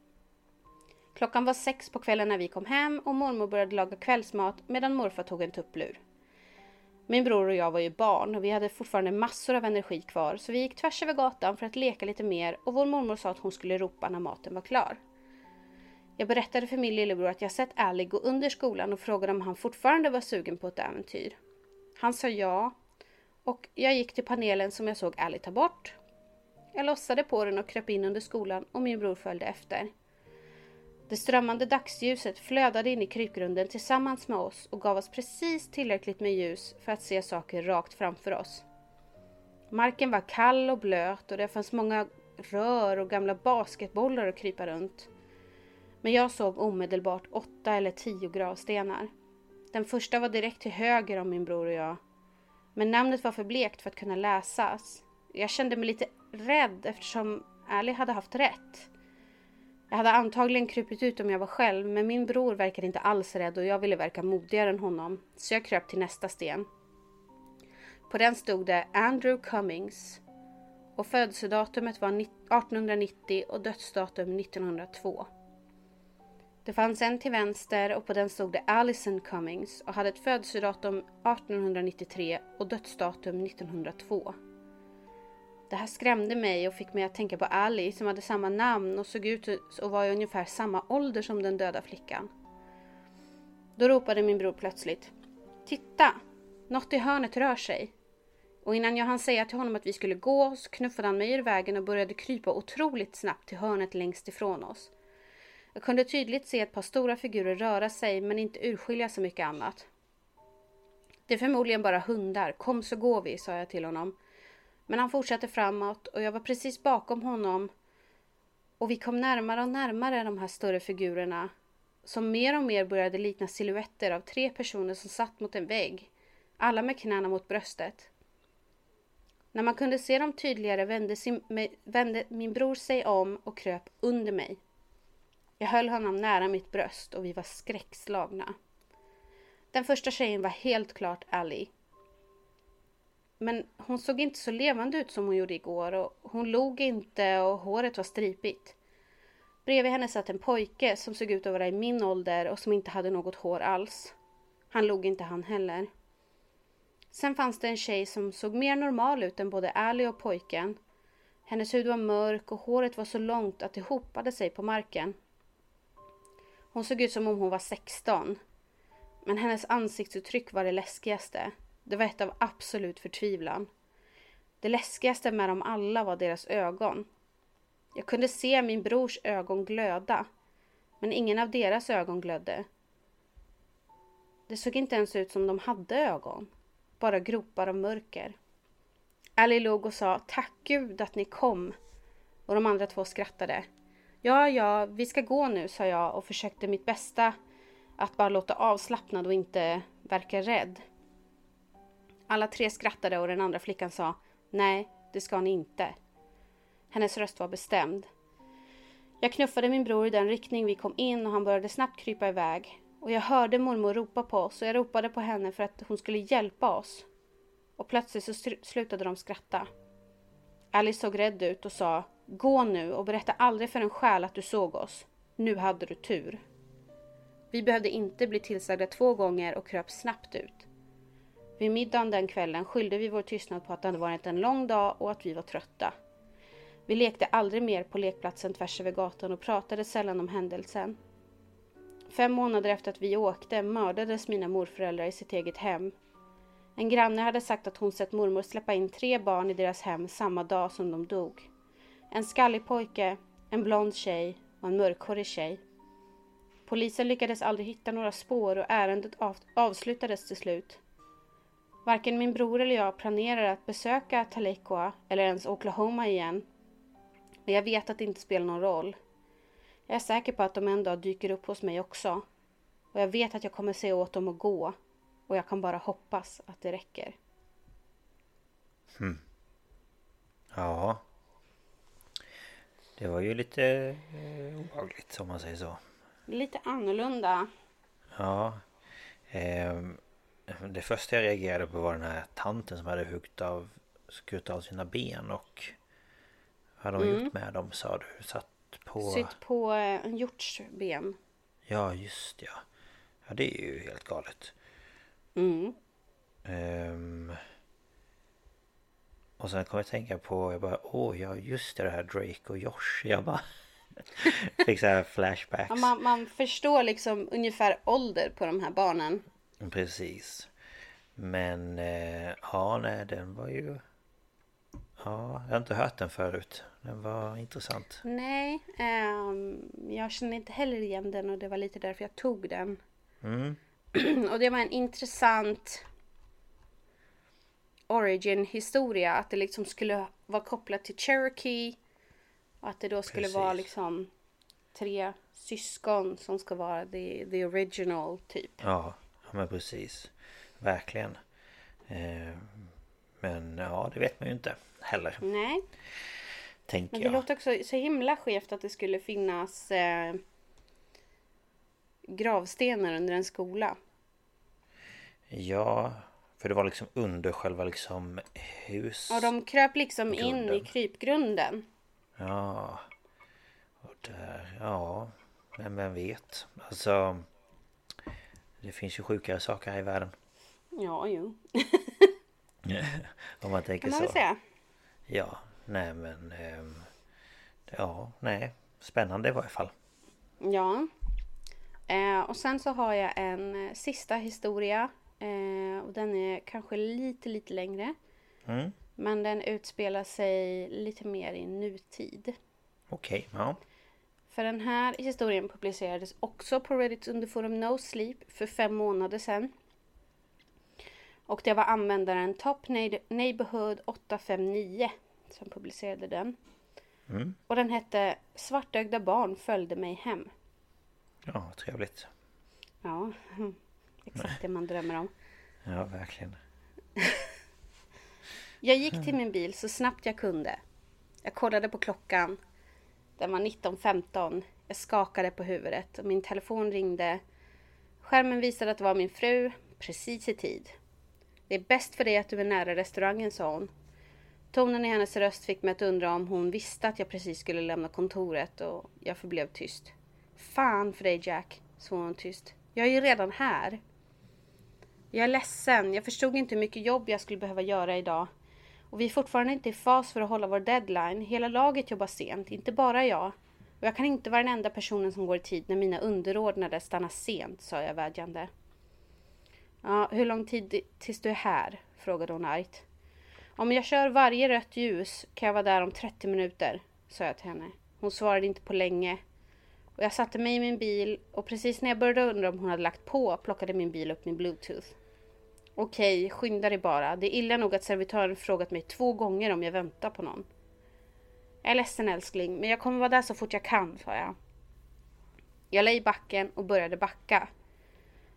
Speaker 7: Klockan var 6 på kvällen när vi kom hem och mormor började laga kvällsmat medan morfar tog en tupplur. Min bror och jag var ju barn och vi hade fortfarande massor av energi kvar så vi gick tvärs över gatan för att leka lite mer och vår mormor sa att hon skulle ropa när maten var klar. Jag berättade för min lillebror att jag sett Ali gå under skolan och frågade om han fortfarande var sugen på ett äventyr. Han sa ja. Och jag gick till panelen som jag såg Ali ta bort. Jag lossade på den och kröp in under skolan och min bror följde efter. Det strömmande dagsljuset flödade in i krypgrunden tillsammans med oss och gav oss precis tillräckligt med ljus för att se saker rakt framför oss. Marken var kall och blöt och det fanns många rör och gamla basketbollar att krypa runt. Men jag såg omedelbart 8 eller 10 gravstenar. Den första var direkt till höger om min bror och jag. Men namnet var för blekt för att kunna läsas. Jag kände mig lite rädd eftersom Ali hade haft rätt. Jag hade antagligen krupit ut om jag var själv, men min bror verkade inte alls rädd och jag ville verka modigare än honom. Så jag kröp till nästa sten. På den stod det Andrew Cummings. Och födelsedatumet var 1890 och dödsdatum 1902. Det fanns en till vänster och på den stod det Allison Cummings och hade ett födelsedatum 1893 och dödsdatum 1902. Det här skrämde mig och fick mig att tänka på Ali som hade samma namn och såg ut och var i ungefär samma ålder som den döda flickan. Då ropade min bror plötsligt: "Titta! Något i hörnet rör sig." Och innan jag hann säga till honom att vi skulle gå så knuffade han mig ur vägen och började krypa otroligt snabbt till hörnet längst ifrån oss. Jag kunde tydligt se ett par stora figurer röra sig men inte urskilja så mycket annat. "Det är förmodligen bara hundar, kom så går vi", sa jag till honom. Men han fortsatte framåt och jag var precis bakom honom och vi kom närmare och närmare de här större figurerna som mer och mer började likna silhuetter av 3 personer som satt mot en vägg, alla med knäna mot bröstet. När man kunde se dem tydligare vände min bror sig om och kröp under mig. Jag höll honom nära mitt bröst och vi var skräckslagna. Den första tjejen var helt klart Ali. Men hon såg inte så levande ut som hon gjorde igår och hon log inte och håret var stripigt. Bredvid henne satt en pojke som såg ut att vara i min ålder och som inte hade något hår alls. Han log inte han heller. Sen fanns det en tjej som såg mer normal ut än både Ali och pojken. Hennes hud var mörk och håret var så långt att det hopade sig på marken. Hon såg ut som om hon var 16. Men hennes ansiktsuttryck var det läskigaste. Det var ett av absolut förtvivlan. Det läskigaste med dem alla var deras ögon. Jag kunde se min brors ögon glöda. Men ingen av deras ögon glödde. Det såg inte ens ut som de hade ögon. Bara gropar av mörker. Ali låg och sa: "Tack Gud att ni kom." Och de andra 2 skrattade. Ja, vi ska gå nu", sa jag och försökte mitt bästa Att bara låta avslappnad och inte verka rädd. Alla 3 skrattade och den andra flickan sa: nej, det ska ni inte. Hennes röst var bestämd. Jag knuffade min bror i den riktning vi kom in och han började snabbt krypa iväg. Och jag hörde mormor ropa på oss och jag ropade på henne för att hon skulle hjälpa oss. Och plötsligt så slutade de skratta. Alice såg rädd ut och sa: gå nu och berätta aldrig för en själ att du såg oss. Nu hade du tur. Vi behövde inte bli tillsagda 2 gånger och kröp snabbt ut. Vid middagen den kvällen skyllde vi vår tystnad på att det hade varit en lång dag och att vi var trötta. Vi lekte aldrig mer på lekplatsen tvärs över gatan och pratade sällan om händelsen. 5 månader efter att vi åkte mördades mina morföräldrar i sitt eget hem. En granne hade sagt att hon sett mormor släppa in 3 barn i deras hem samma dag som de dog. En skallig pojke, en blond tjej och en mörkhårig tjej. Polisen lyckades aldrig hitta några spår och ärendet avslutades till slut. Varken min bror eller jag planerar att besöka Tahlequah eller ens Oklahoma igen. Men jag vet att det inte spelar någon roll. Jag är säker på att de en dag dyker upp hos mig också. Och jag vet att jag kommer se åt dem att gå. Och jag kan bara hoppas att det räcker.
Speaker 6: Ja. Det var ju lite obehagligt om man säger så.
Speaker 7: Lite annorlunda.
Speaker 6: Ja. Det första jag reagerade på var den här tanten som hade skurit av sina ben. Och vad hade hon gjort med dem, sa du?
Speaker 7: Sytt på en hjortsben.
Speaker 6: Ja, just det. Ja, det är ju helt galet. Och sen kom jag att tänka på, ja just det här Drake och Josh. Jag bara fick så här flashbacks.
Speaker 7: Ja, man förstår liksom ungefär ålder på de här barnen.
Speaker 6: Precis. Men ja, nej, den var ju... Ja, jag har inte hört den förut. Den var intressant.
Speaker 7: Nej, jag känner inte heller igen den och det var lite därför jag tog den. Och det var en intressant origin-historia. Att det liksom skulle vara kopplat till Cherokee. Och att det då skulle vara liksom 3 syskon som ska vara the original typ.
Speaker 6: Ja, men precis. Verkligen. Men ja, det vet man ju inte heller.
Speaker 7: Nej.
Speaker 6: Tänker
Speaker 7: men det låter också så himla skevt att det skulle finnas gravstenar under en skola.
Speaker 6: Ja, för det var liksom under själva liksom hus.
Speaker 7: Ja, de kröp liksom in i krypgrunden.
Speaker 6: Ja. Och där, ja. Men vem vet. Alltså, det finns ju sjukare saker här i världen.
Speaker 7: Ja, jo.
Speaker 6: Om man tänker
Speaker 7: kan man
Speaker 6: så.
Speaker 7: Säga.
Speaker 6: Ja, nej men... ja, nej. Spännande i varje fall.
Speaker 7: Ja. Och sen så har jag en sista historia. Och den är kanske lite längre. Men den utspelar sig lite mer i nutid.
Speaker 6: Okej, ja.
Speaker 7: För den här historien publicerades också på Reddit under forum No Sleep för 5 månader sedan. Och det var användaren Top Neighborhood 859 som publicerade den. Och den hette Svartögda barn följde mig hem.
Speaker 6: Ja, trevligt.
Speaker 7: Ja, exakt det man drömmer om.
Speaker 6: Ja, verkligen.
Speaker 7: Jag gick till min bil så snabbt jag kunde. Jag kollade på klockan. Den var 19:15. Jag skakade på huvudet och min telefon ringde. Skärmen visade att det var min fru, precis i tid. Det är bäst för dig att du är nära restaurangen, sa hon. Tonen i hennes röst fick mig att undra om hon visste att jag precis skulle lämna kontoret och jag förblev tyst. Fan för dig, Jack, sa hon tyst. Jag är ju redan här. Jag är ledsen, jag förstod inte hur mycket jobb jag skulle behöva göra idag. Och vi är fortfarande inte i fas för att hålla vår deadline. Hela laget jobbar sent, inte bara jag. Och jag kan inte vara den enda personen som går i tid när mina underordnade stannar sent, sa jag vädjande. Ja, hur lång tid tills du är här? Frågade hon argt. Om jag kör varje rött ljus kan jag vara där om 30 minuter, sa jag till henne. Hon svarade inte på länge. Och jag satte mig i min bil och precis när jag började undra om hon hade lagt på plockade min bil upp min Bluetooth. Okej, skynda dig bara. Det är illa nog att servitören frågat mig 2 gånger om jag väntar på någon. Jag är ledsen, älskling, men jag kommer vara där så fort jag kan, sa jag. Jag lay i backen och började backa.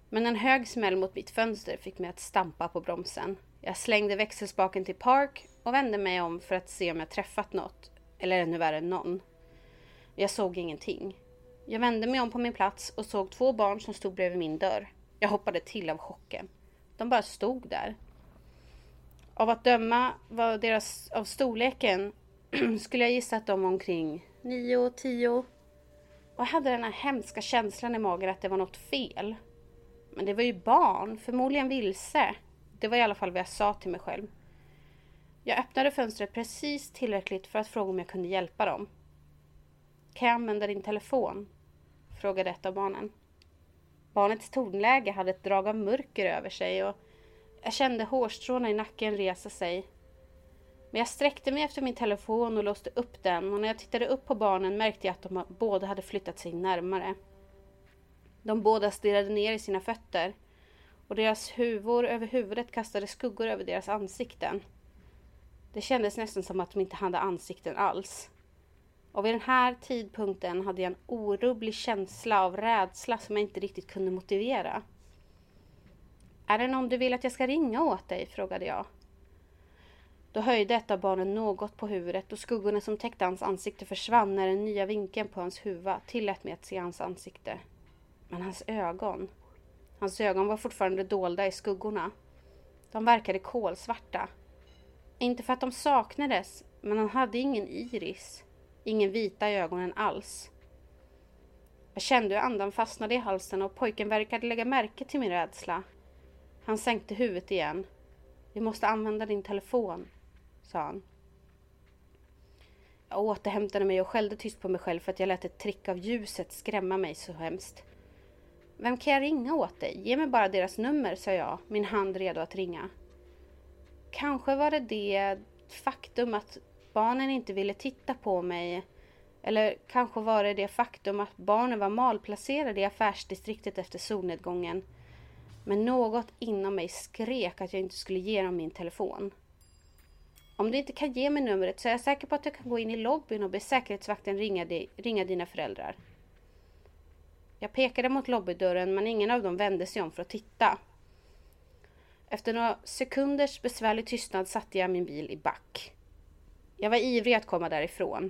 Speaker 7: Men en hög smäll mot mitt fönster fick mig att stampa på bromsen. Jag slängde växelspaken till park och vände mig om för att se om jag träffat något, eller ännu värre någon. Jag såg ingenting. Jag vände mig om på min plats och såg 2 barn som stod bredvid min dörr. Jag hoppade till av chocken. De bara stod där. Av att döma av storleken skulle jag gissa att de var omkring 9-10. Och jag hade den här hemska känslan i magen att det var något fel. Men det var ju barn, förmodligen vilse. Det var i alla fall vad jag sa till mig själv. Jag öppnade fönstret precis tillräckligt för att fråga om jag kunde hjälpa dem. Kan jag använda din telefon? Frågade ett av barnen. Barnets tonläge hade ett drag av mörker över sig och jag kände hårstråna i nacken resa sig. Men jag sträckte mig efter min telefon och låste upp den och när jag tittade upp på barnen märkte jag att de båda hade flyttat sig närmare. De båda stirrade ner i sina fötter och deras huvor över huvudet kastade skuggor över deras ansikten. Det kändes nästan som att de inte hade ansikten alls. Och vid den här tidpunkten hade jag en orubblig känsla av rädsla som jag inte riktigt kunde motivera. Är det någon du vill att jag ska ringa åt dig? Frågade jag. Då höjde ett av barnen något på huvudet och skuggorna som täckte hans ansikte försvann när den nya vinkeln på hans huvud tillät mig att se hans ansikte. Men hans ögon var fortfarande dolda i skuggorna. De verkade kolsvarta. Inte för att de saknades, men han hade ingen iris. Ingen vita i ögonen alls. Jag kände hur andan fastnade i halsen och pojken verkade lägga märke till min rädsla. Han sänkte huvudet igen. Vi måste använda din telefon, sa han. Jag återhämtade mig och skällde tyst på mig själv för att jag lät ett trick av ljuset skrämma mig så hemskt. Vem kan jag ringa åt dig? Ge mig bara deras nummer, sa jag, min hand redo att ringa. Kanske var det faktum att barnen inte ville titta på mig. Eller kanske var det faktum att barnen var malplacerade i affärsdistriktet efter solnedgången. Men något inom mig skrek att jag inte skulle ge dem min telefon. Om du inte kan ge mig numret så är jag säker på att jag kan gå in i lobbyn och be säkerhetsvakten ringa dina föräldrar. Jag pekade mot lobbydörren men ingen av dem vände sig om för att titta. Efter några sekunders besvärlig tystnad satte jag min bil i back. Jag var ivrig att komma därifrån.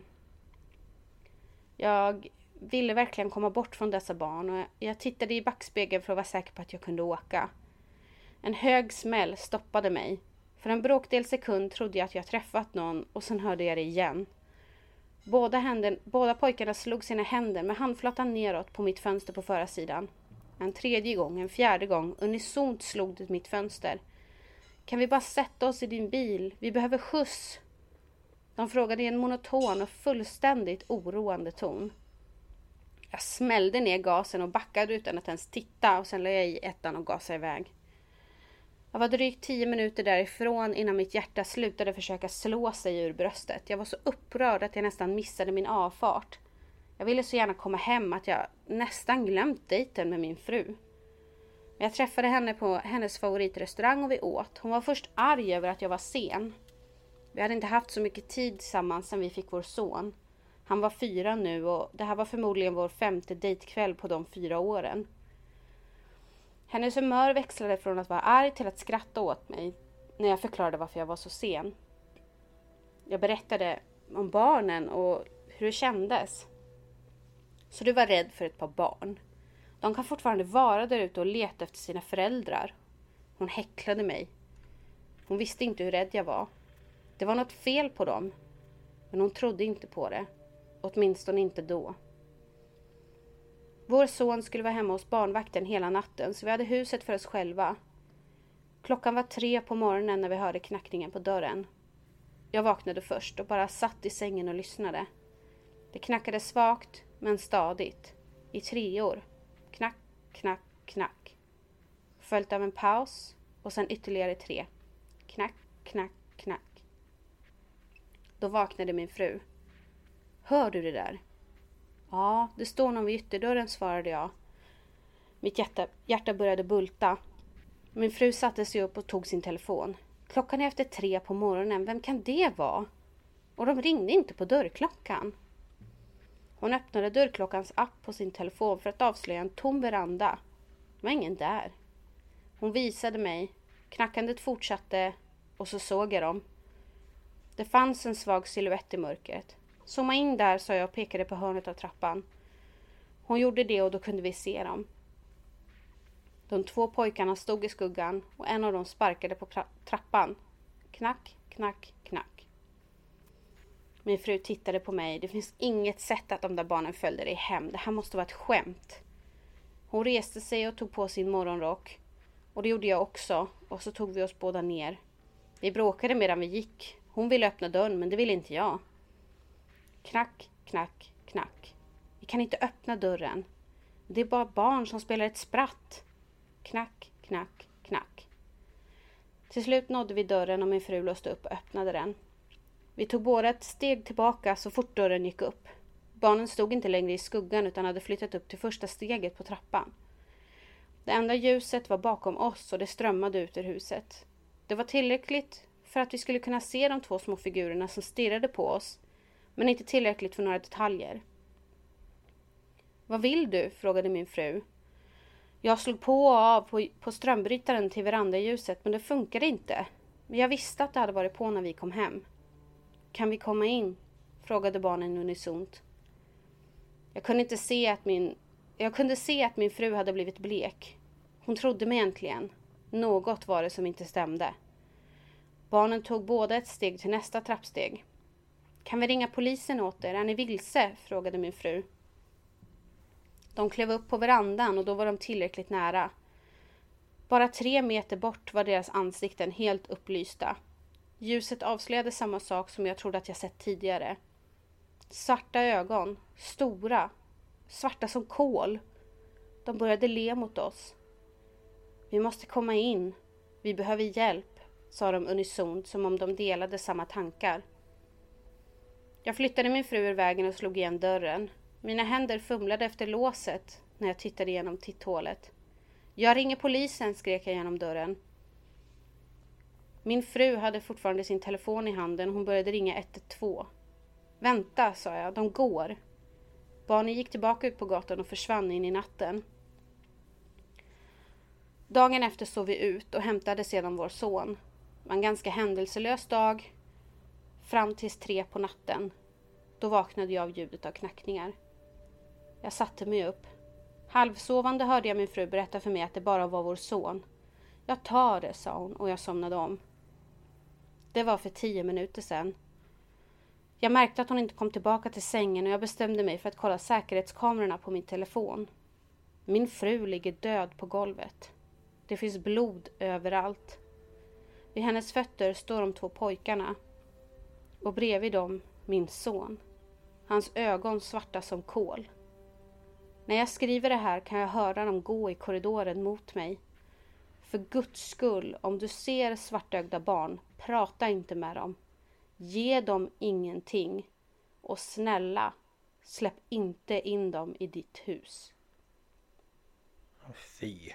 Speaker 7: Jag ville verkligen komma bort från dessa barn och jag tittade i backspegeln för att vara säker på att jag kunde åka. En hög smäll stoppade mig. För en bråkdel sekund trodde jag att jag träffat någon och sen hörde jag det igen. Båda pojkarna slog sina händer med handflatan neråt på mitt fönster på förarsidan. En tredje gång, en fjärde gång, unisont slog det mitt fönster. Kan vi bara sätta oss i din bil? Vi behöver skjuts. De frågade i en monoton och fullständigt oroande ton. Jag smällde ner gasen och backade utan att ens titta och sen lade jag i ettan och gasade iväg. Jag var drygt 10 minuter därifrån innan mitt hjärta slutade försöka slå sig ur bröstet. Jag var så upprörd att jag nästan missade min avfart. Jag ville så gärna komma hem att jag nästan glömt dejten med min fru. Jag träffade henne på hennes favoritrestaurang och vi åt. Hon var först arg över att jag var sen. Vi hade inte haft så mycket tid tillsammans sedan vi fick vår son. Han var 4 nu och det här var förmodligen vår 5:e dejtkväll på de 4 åren. Hennes humör växlade från att vara arg till att skratta åt mig när jag förklarade varför jag var så sen. Jag berättade om barnen och hur det kändes. Så du var rädd för ett par barn. De kan fortfarande vara där ute och leta efter sina föräldrar. Hon häcklade mig. Hon visste inte hur rädd jag var. Det var något fel på dem. Men hon trodde inte på det. Åtminstone inte då. Vår son skulle vara hemma hos barnvakten hela natten så vi hade huset för oss själva. Klockan var 3 på morgonen när vi hörde knackningen på dörren. Jag vaknade först och bara satt i sängen och lyssnade. Det knackade svagt men stadigt. I 3 år. Knack, knack, knack. Följt av en paus och sen ytterligare 3. Knack, knack, knack. Då vaknade min fru. Hör du det där? Ja, det står någon vid ytterdörren, svarade jag. Mitt hjärta började bulta. Min fru satte sig upp och tog sin telefon. Klockan är efter 3 på morgonen. Vem kan det vara? Och de ringde inte på dörrklockan. Hon öppnade dörrklockans app på sin telefon för att avslöja en tom veranda. Det var ingen där. Hon visade mig. Knackandet fortsatte och så såg jag dem. Det fanns en svag silhuett i mörkret. Zooma in där, sa jag och pekade på hörnet av trappan. Hon gjorde det och då kunde vi se dem. De 2 pojkarna stod i skuggan och en av dem sparkade på trappan. Knack, knack, knack. Min fru tittade på mig. Det finns inget sätt att de där barnen följde dig hem. Det här måste vara ett skämt. Hon reste sig och tog på sin morgonrock. Och det gjorde jag också. Och så tog vi oss båda ner. Vi bråkade medan vi gick. Hon ville öppna dörren men det ville inte jag. Knack, knack, knack. Vi kan inte öppna dörren. Det är bara barn som spelar ett spratt. Knack, knack, knack. Till slut nådde vi dörren och min fru låste upp och öppnade den. Vi tog båda ett steg tillbaka så fort dörren gick upp. Barnen stod inte längre i skuggan utan hade flyttat upp till första steget på trappan. Det enda ljuset var bakom oss och det strömmade ut ur huset. Det var tillräckligt för att vi skulle kunna se de 2 små figurerna som stirrade på oss, men inte tillräckligt för några detaljer. Vad vill du? Frågade min fru. Jag slog på och av på strömbrytaren till verandaljuset men det funkade inte. Men jag visste att det hade varit på när vi kom hem. Kan vi komma in? Frågade barnen unisont. Jag kunde se att min fru hade blivit blek. Hon trodde mig äntligen. Något var det som inte stämde. Barnen tog båda ett steg till nästa trappsteg. Kan vi ringa polisen åt er? Är ni vilse? Frågade min fru. De klev upp på verandan och då var de tillräckligt nära. Bara 3 meter bort var deras ansikten helt upplysta. Ljuset avslöjade samma sak som jag trodde att jag sett tidigare. Svarta ögon, stora, svarta som kol. De började le mot oss. Vi måste komma in. Vi behöver hjälp, sa de unisont som om de delade samma tankar. Jag flyttade min fru ur vägen och slog igen dörren. Mina händer fumlade efter låset när jag tittade igenom titthålet. Jag ringer polisen, skrek jag genom dörren. Min fru hade fortfarande sin telefon i handen. Hon började ringa 112. Vänta, sa jag. De går. Barnen gick tillbaka ut på gatan och försvann in i natten. Dagen efter såg vi ut och hämtade sedan vår son. Det var en ganska händelselös dag. Fram tills 3 på natten. Då vaknade jag av ljudet av knackningar. Jag satte mig upp. Halvsovande hörde jag min fru berätta för mig att det bara var vår son. Jag tar det, sa hon och jag somnade om. Det var för 10 minuter sedan. Jag märkte att hon inte kom tillbaka till sängen och jag bestämde mig för att kolla säkerhetskamerorna på min telefon. Min fru ligger död på golvet. Det finns blod överallt. Vid hennes fötter står de 2 pojkarna. Och bredvid dem min son. Hans ögon svarta som kol. När jag skriver det här kan jag höra dem gå i korridoren mot mig. För Guds skull, om du ser svartögda barn, prata inte med dem. Ge dem ingenting. Och snälla, släpp inte in dem i ditt hus.
Speaker 6: Fy.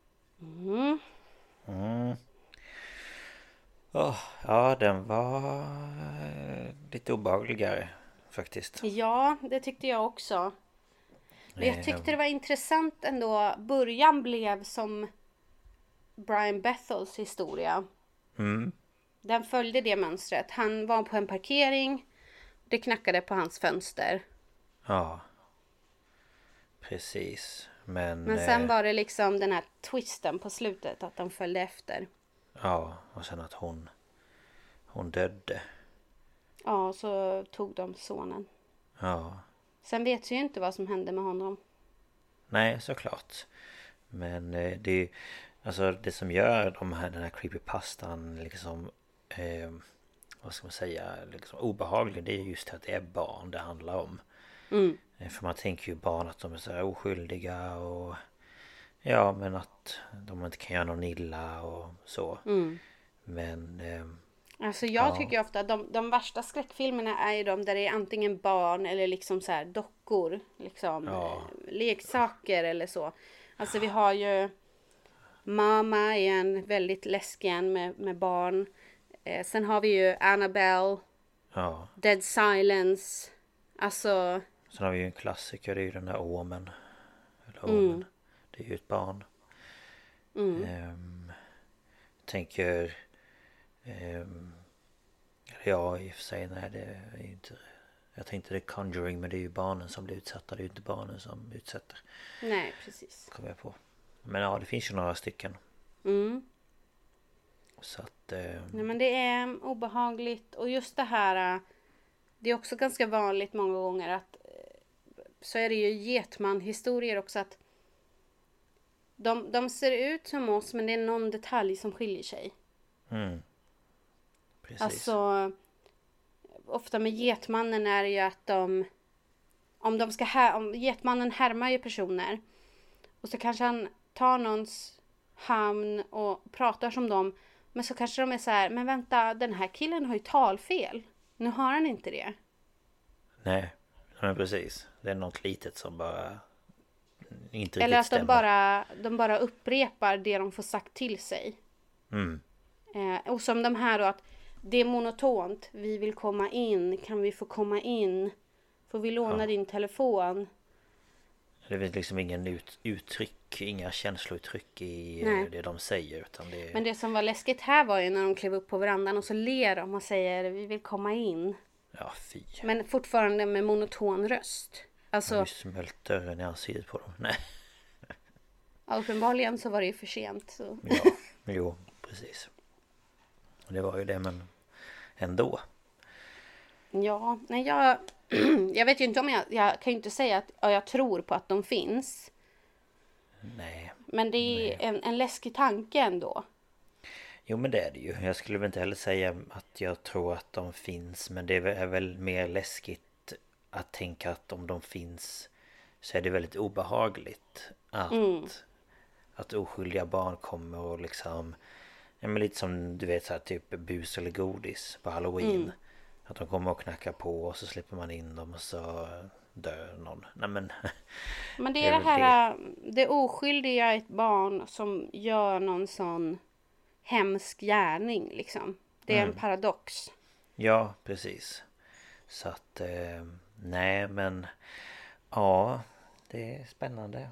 Speaker 6: Ja, den var lite obehagligare faktiskt.
Speaker 7: Ja, det tyckte jag också. Men jag tyckte det var intressant ändå. Början blev som Brian Bethels historia. Den följde det mönstret. Han var på en parkering. Det knackade på hans fönster.
Speaker 6: Ja, precis. Men
Speaker 7: sen var det liksom den här twisten på slutet. Att de följde efter.
Speaker 6: Ja, och sen att hon dödde.
Speaker 7: Ja, så tog de sonen.
Speaker 6: Ja.
Speaker 7: Sen vet vi ju inte vad som hände med honom.
Speaker 6: Nej, såklart. Men det är alltså det som gör den här creepypastan liksom vad ska man säga, liksom obehaglig, det är just att det är barn det handlar om. För man tänker ju barn att de är så här oskyldiga och ja, men att de inte kan göra någon illa och så. Men
Speaker 7: alltså jag tycker ofta att de värsta skräckfilmerna är ju de där det är antingen barn eller liksom så här dockor, liksom leksaker eller så. Alltså vi har ju Mama är en väldigt läskig med barn. Sen har vi ju Annabelle. Dead Silence. Alltså.
Speaker 6: Sen har vi ju en klassiker, det är ju den här Omen. Eller Omen. Det är ju ett barn. Tänker... ja, i och för sig, nej, det är ju inte... Jag tänkte det är Conjuring, men det är ju barnen som blir utsatta. Det är ju inte barnen som utsätter.
Speaker 7: Nej, precis.
Speaker 6: Kommer jag på. Men ja, det finns ju några stycken. Så att...
Speaker 7: Nej, men det är obehagligt. Och just det här... Det är också ganska vanligt många gånger att... Så är det ju Getman-historier också, att... De ser ut som oss, men det är någon detalj som skiljer sig.
Speaker 6: Precis.
Speaker 7: Alltså... Ofta med Getmannen är det ju att om Getmannen härmar ju personer. Och så kanske han tar någons hamn och pratar som dem. Men så kanske de är så här: men vänta, den här killen har ju talfel. Nu har han inte det.
Speaker 6: Nej, men precis. Det är något litet som bara inte riktigt
Speaker 7: eller att
Speaker 6: stämmer.
Speaker 7: de bara upprepar det de får sagt till sig. Och som de här då, att det är monotont. Vi vill komma in. Kan vi få komma in? Får vi låna din telefon?
Speaker 6: Det finns liksom ingen uttryck, inga känslouttryck i det de säger, utan det... Men
Speaker 7: det som var läskigt här var ju när de klev upp på verandan och så ler de och säger: vi vill komma in.
Speaker 6: Ja, fy.
Speaker 7: Men fortfarande med monoton röst. Alltså...
Speaker 6: Jag smält dörren i ansiktet på dem. Nej.
Speaker 7: Ja, uppenbarligen så var det ju för sent. Så.
Speaker 6: Ja, jo, precis. Det var ju det, men ändå.
Speaker 7: Ja, nej, jag vet ju inte om jag kan ju inte säga att jag tror på att de finns.
Speaker 6: Nej.
Speaker 7: Men det är en läskig tanke ändå.
Speaker 6: Jo, men det är det ju. Jag skulle väl inte heller säga att jag tror att de finns. Men det är väl mer läskigt att tänka att om de finns så är det väldigt obehagligt. Att oskyldiga barn kommer och liksom... Ja, men lite som du vet så här, typ bus eller godis på Halloween. Att de kommer och knackar på och så släpper man in dem och så dör någon. Nej, men
Speaker 7: det är det här det oskyldiga, ett barn som gör någon sån hemsk gärning liksom. Det är en paradox.
Speaker 6: Ja, precis. Så att nej, men ja, det är spännande.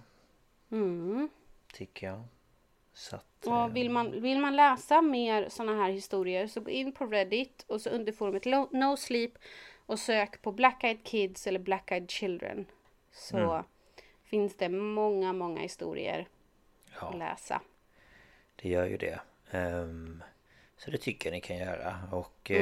Speaker 6: Tycker jag. Så att,
Speaker 7: och vill man läsa mer såna här historier så gå in på Reddit och så under forumet No Sleep och sök på Black Eyed Kids eller Black Eyed Children. Så finns det många historier att läsa.
Speaker 6: Det gör ju det. Så det tycker jag ni kan göra. Och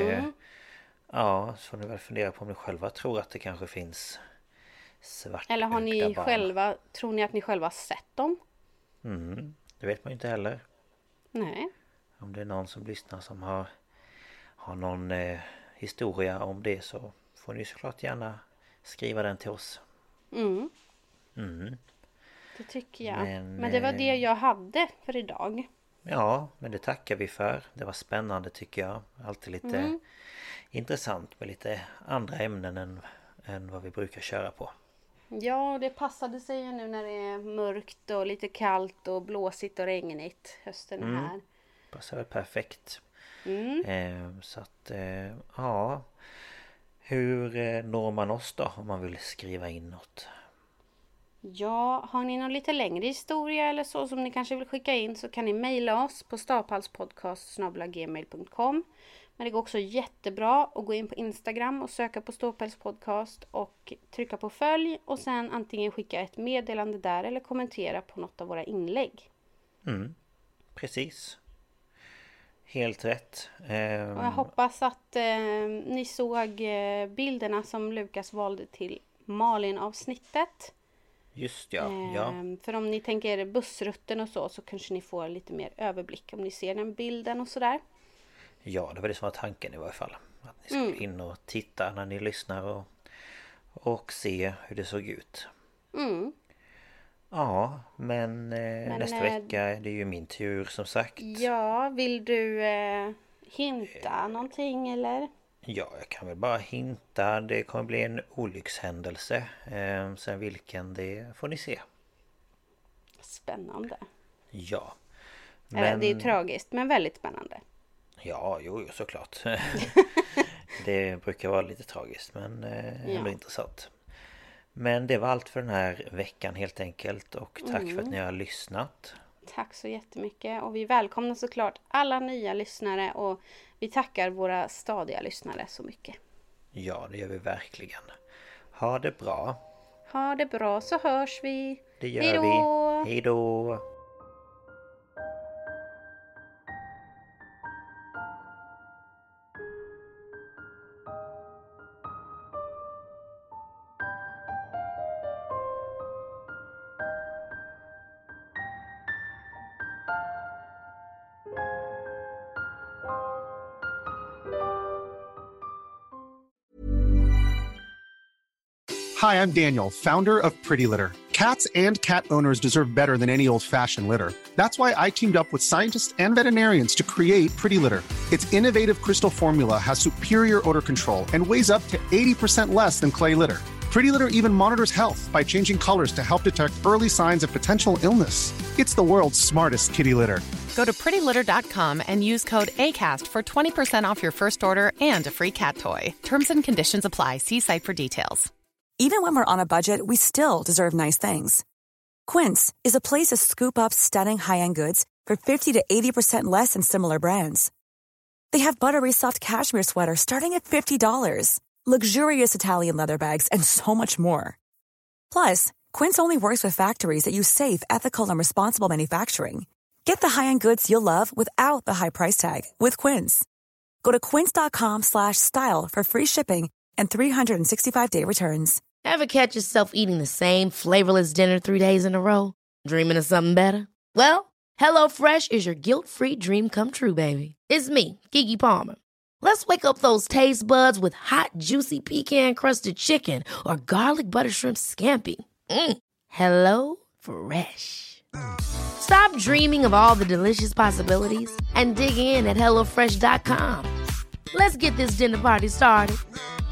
Speaker 6: ja, så får ni väl fundera på om ni själva tror att det kanske finns svarta
Speaker 7: eller har ni
Speaker 6: barn.
Speaker 7: Själva, tror ni att ni själva sett dem?
Speaker 6: Det vet man ju inte heller.
Speaker 7: Nej.
Speaker 6: Om det är någon som lyssnar som har någon historia om det, så får ni såklart gärna skriva den till oss.
Speaker 7: Det tycker jag. Men det var det jag hade för idag.
Speaker 6: Ja, men det tackar vi för. Det var spännande tycker jag. Alltid lite intressant med lite andra ämnen än vad vi brukar köra på. Ja,
Speaker 7: det passade sig ju nu när det är mörkt och lite kallt och blåsigt och regnigt. Hösten är här.
Speaker 6: Passar väl perfekt. Så att, ja. Hur når man oss då om man vill skriva in något?
Speaker 7: Ja, har ni någon lite längre historia eller så som ni kanske vill skicka in, så kan ni mejla oss på ståpälspodcast@gmail.com. Men det går också jättebra att gå in på Instagram och söka på Ståpälspodcast och trycka på följ och sen antingen skicka ett meddelande där eller kommentera på något av våra inlägg.
Speaker 6: Precis. Helt rätt.
Speaker 7: Och jag hoppas att ni såg bilderna som Lukas valde till Malin-avsnittet.
Speaker 6: Just ja.
Speaker 7: För om ni tänker bussrutten och så kanske ni får lite mer överblick om ni ser den bilden och sådär.
Speaker 6: Ja, det var det som var tanken i varje fall. Att ni skulle in och titta när ni lyssnar och se hur det såg ut. Ja, men nästa vecka är det ju min tur som sagt. Ja,
Speaker 7: vill du hinta någonting eller?
Speaker 6: Ja, jag kan väl bara hinta. Det kommer bli en olyckshändelse. Sen vilken, det får ni se.
Speaker 7: Spännande.
Speaker 6: Ja.
Speaker 7: Men... Det är tragiskt, men väldigt spännande.
Speaker 6: Ja, jo, såklart. Det brukar vara lite tragiskt, men ändå intressant. Men det var allt för den här veckan helt enkelt. Och tack för att ni har lyssnat.
Speaker 7: Tack så jättemycket. Och vi välkomnar såklart alla nya lyssnare. Och vi tackar våra stadiga lyssnare så mycket.
Speaker 6: Ja, det gör vi verkligen. Ha det bra.
Speaker 7: Ha det bra, så hörs vi.
Speaker 6: Det gör vi. Hej då.
Speaker 10: Hi, I'm Daniel, founder of Pretty Litter. Cats and cat owners deserve better than any old-fashioned litter. That's why I teamed up with scientists and veterinarians to create Pretty Litter. Its innovative crystal formula has superior odor control and weighs up to 80% less than clay litter. Pretty Litter even monitors health by changing colors to help detect early signs of potential illness. It's the world's smartest kitty litter.
Speaker 11: Go to prettylitter.com and use code ACAST for 20% off your first order and a free cat toy. Terms and conditions apply. See site for details.
Speaker 12: Even when we're on a budget, we still deserve nice things. Quince is a place to scoop up stunning high-end goods for 50 to 80% less than similar brands. They have buttery soft cashmere sweaters starting at $50, luxurious Italian leather bags, and so much more. Plus, Quince only works with factories that use safe, ethical, and responsible manufacturing. Get the high-end goods you'll love without the high price tag with Quince. Go to quince.com/style for free shipping and 365-day returns.
Speaker 9: Ever catch yourself eating the same flavorless dinner 3 days in a row? Dreaming of something better? Well, HelloFresh is your guilt-free dream come true, baby. It's me, Keke Palmer. Let's wake up those taste buds with hot, juicy pecan-crusted chicken or garlic butter shrimp scampi. Hello Fresh. Stop dreaming of all the delicious possibilities and dig in at HelloFresh.com. Let's get this dinner party started.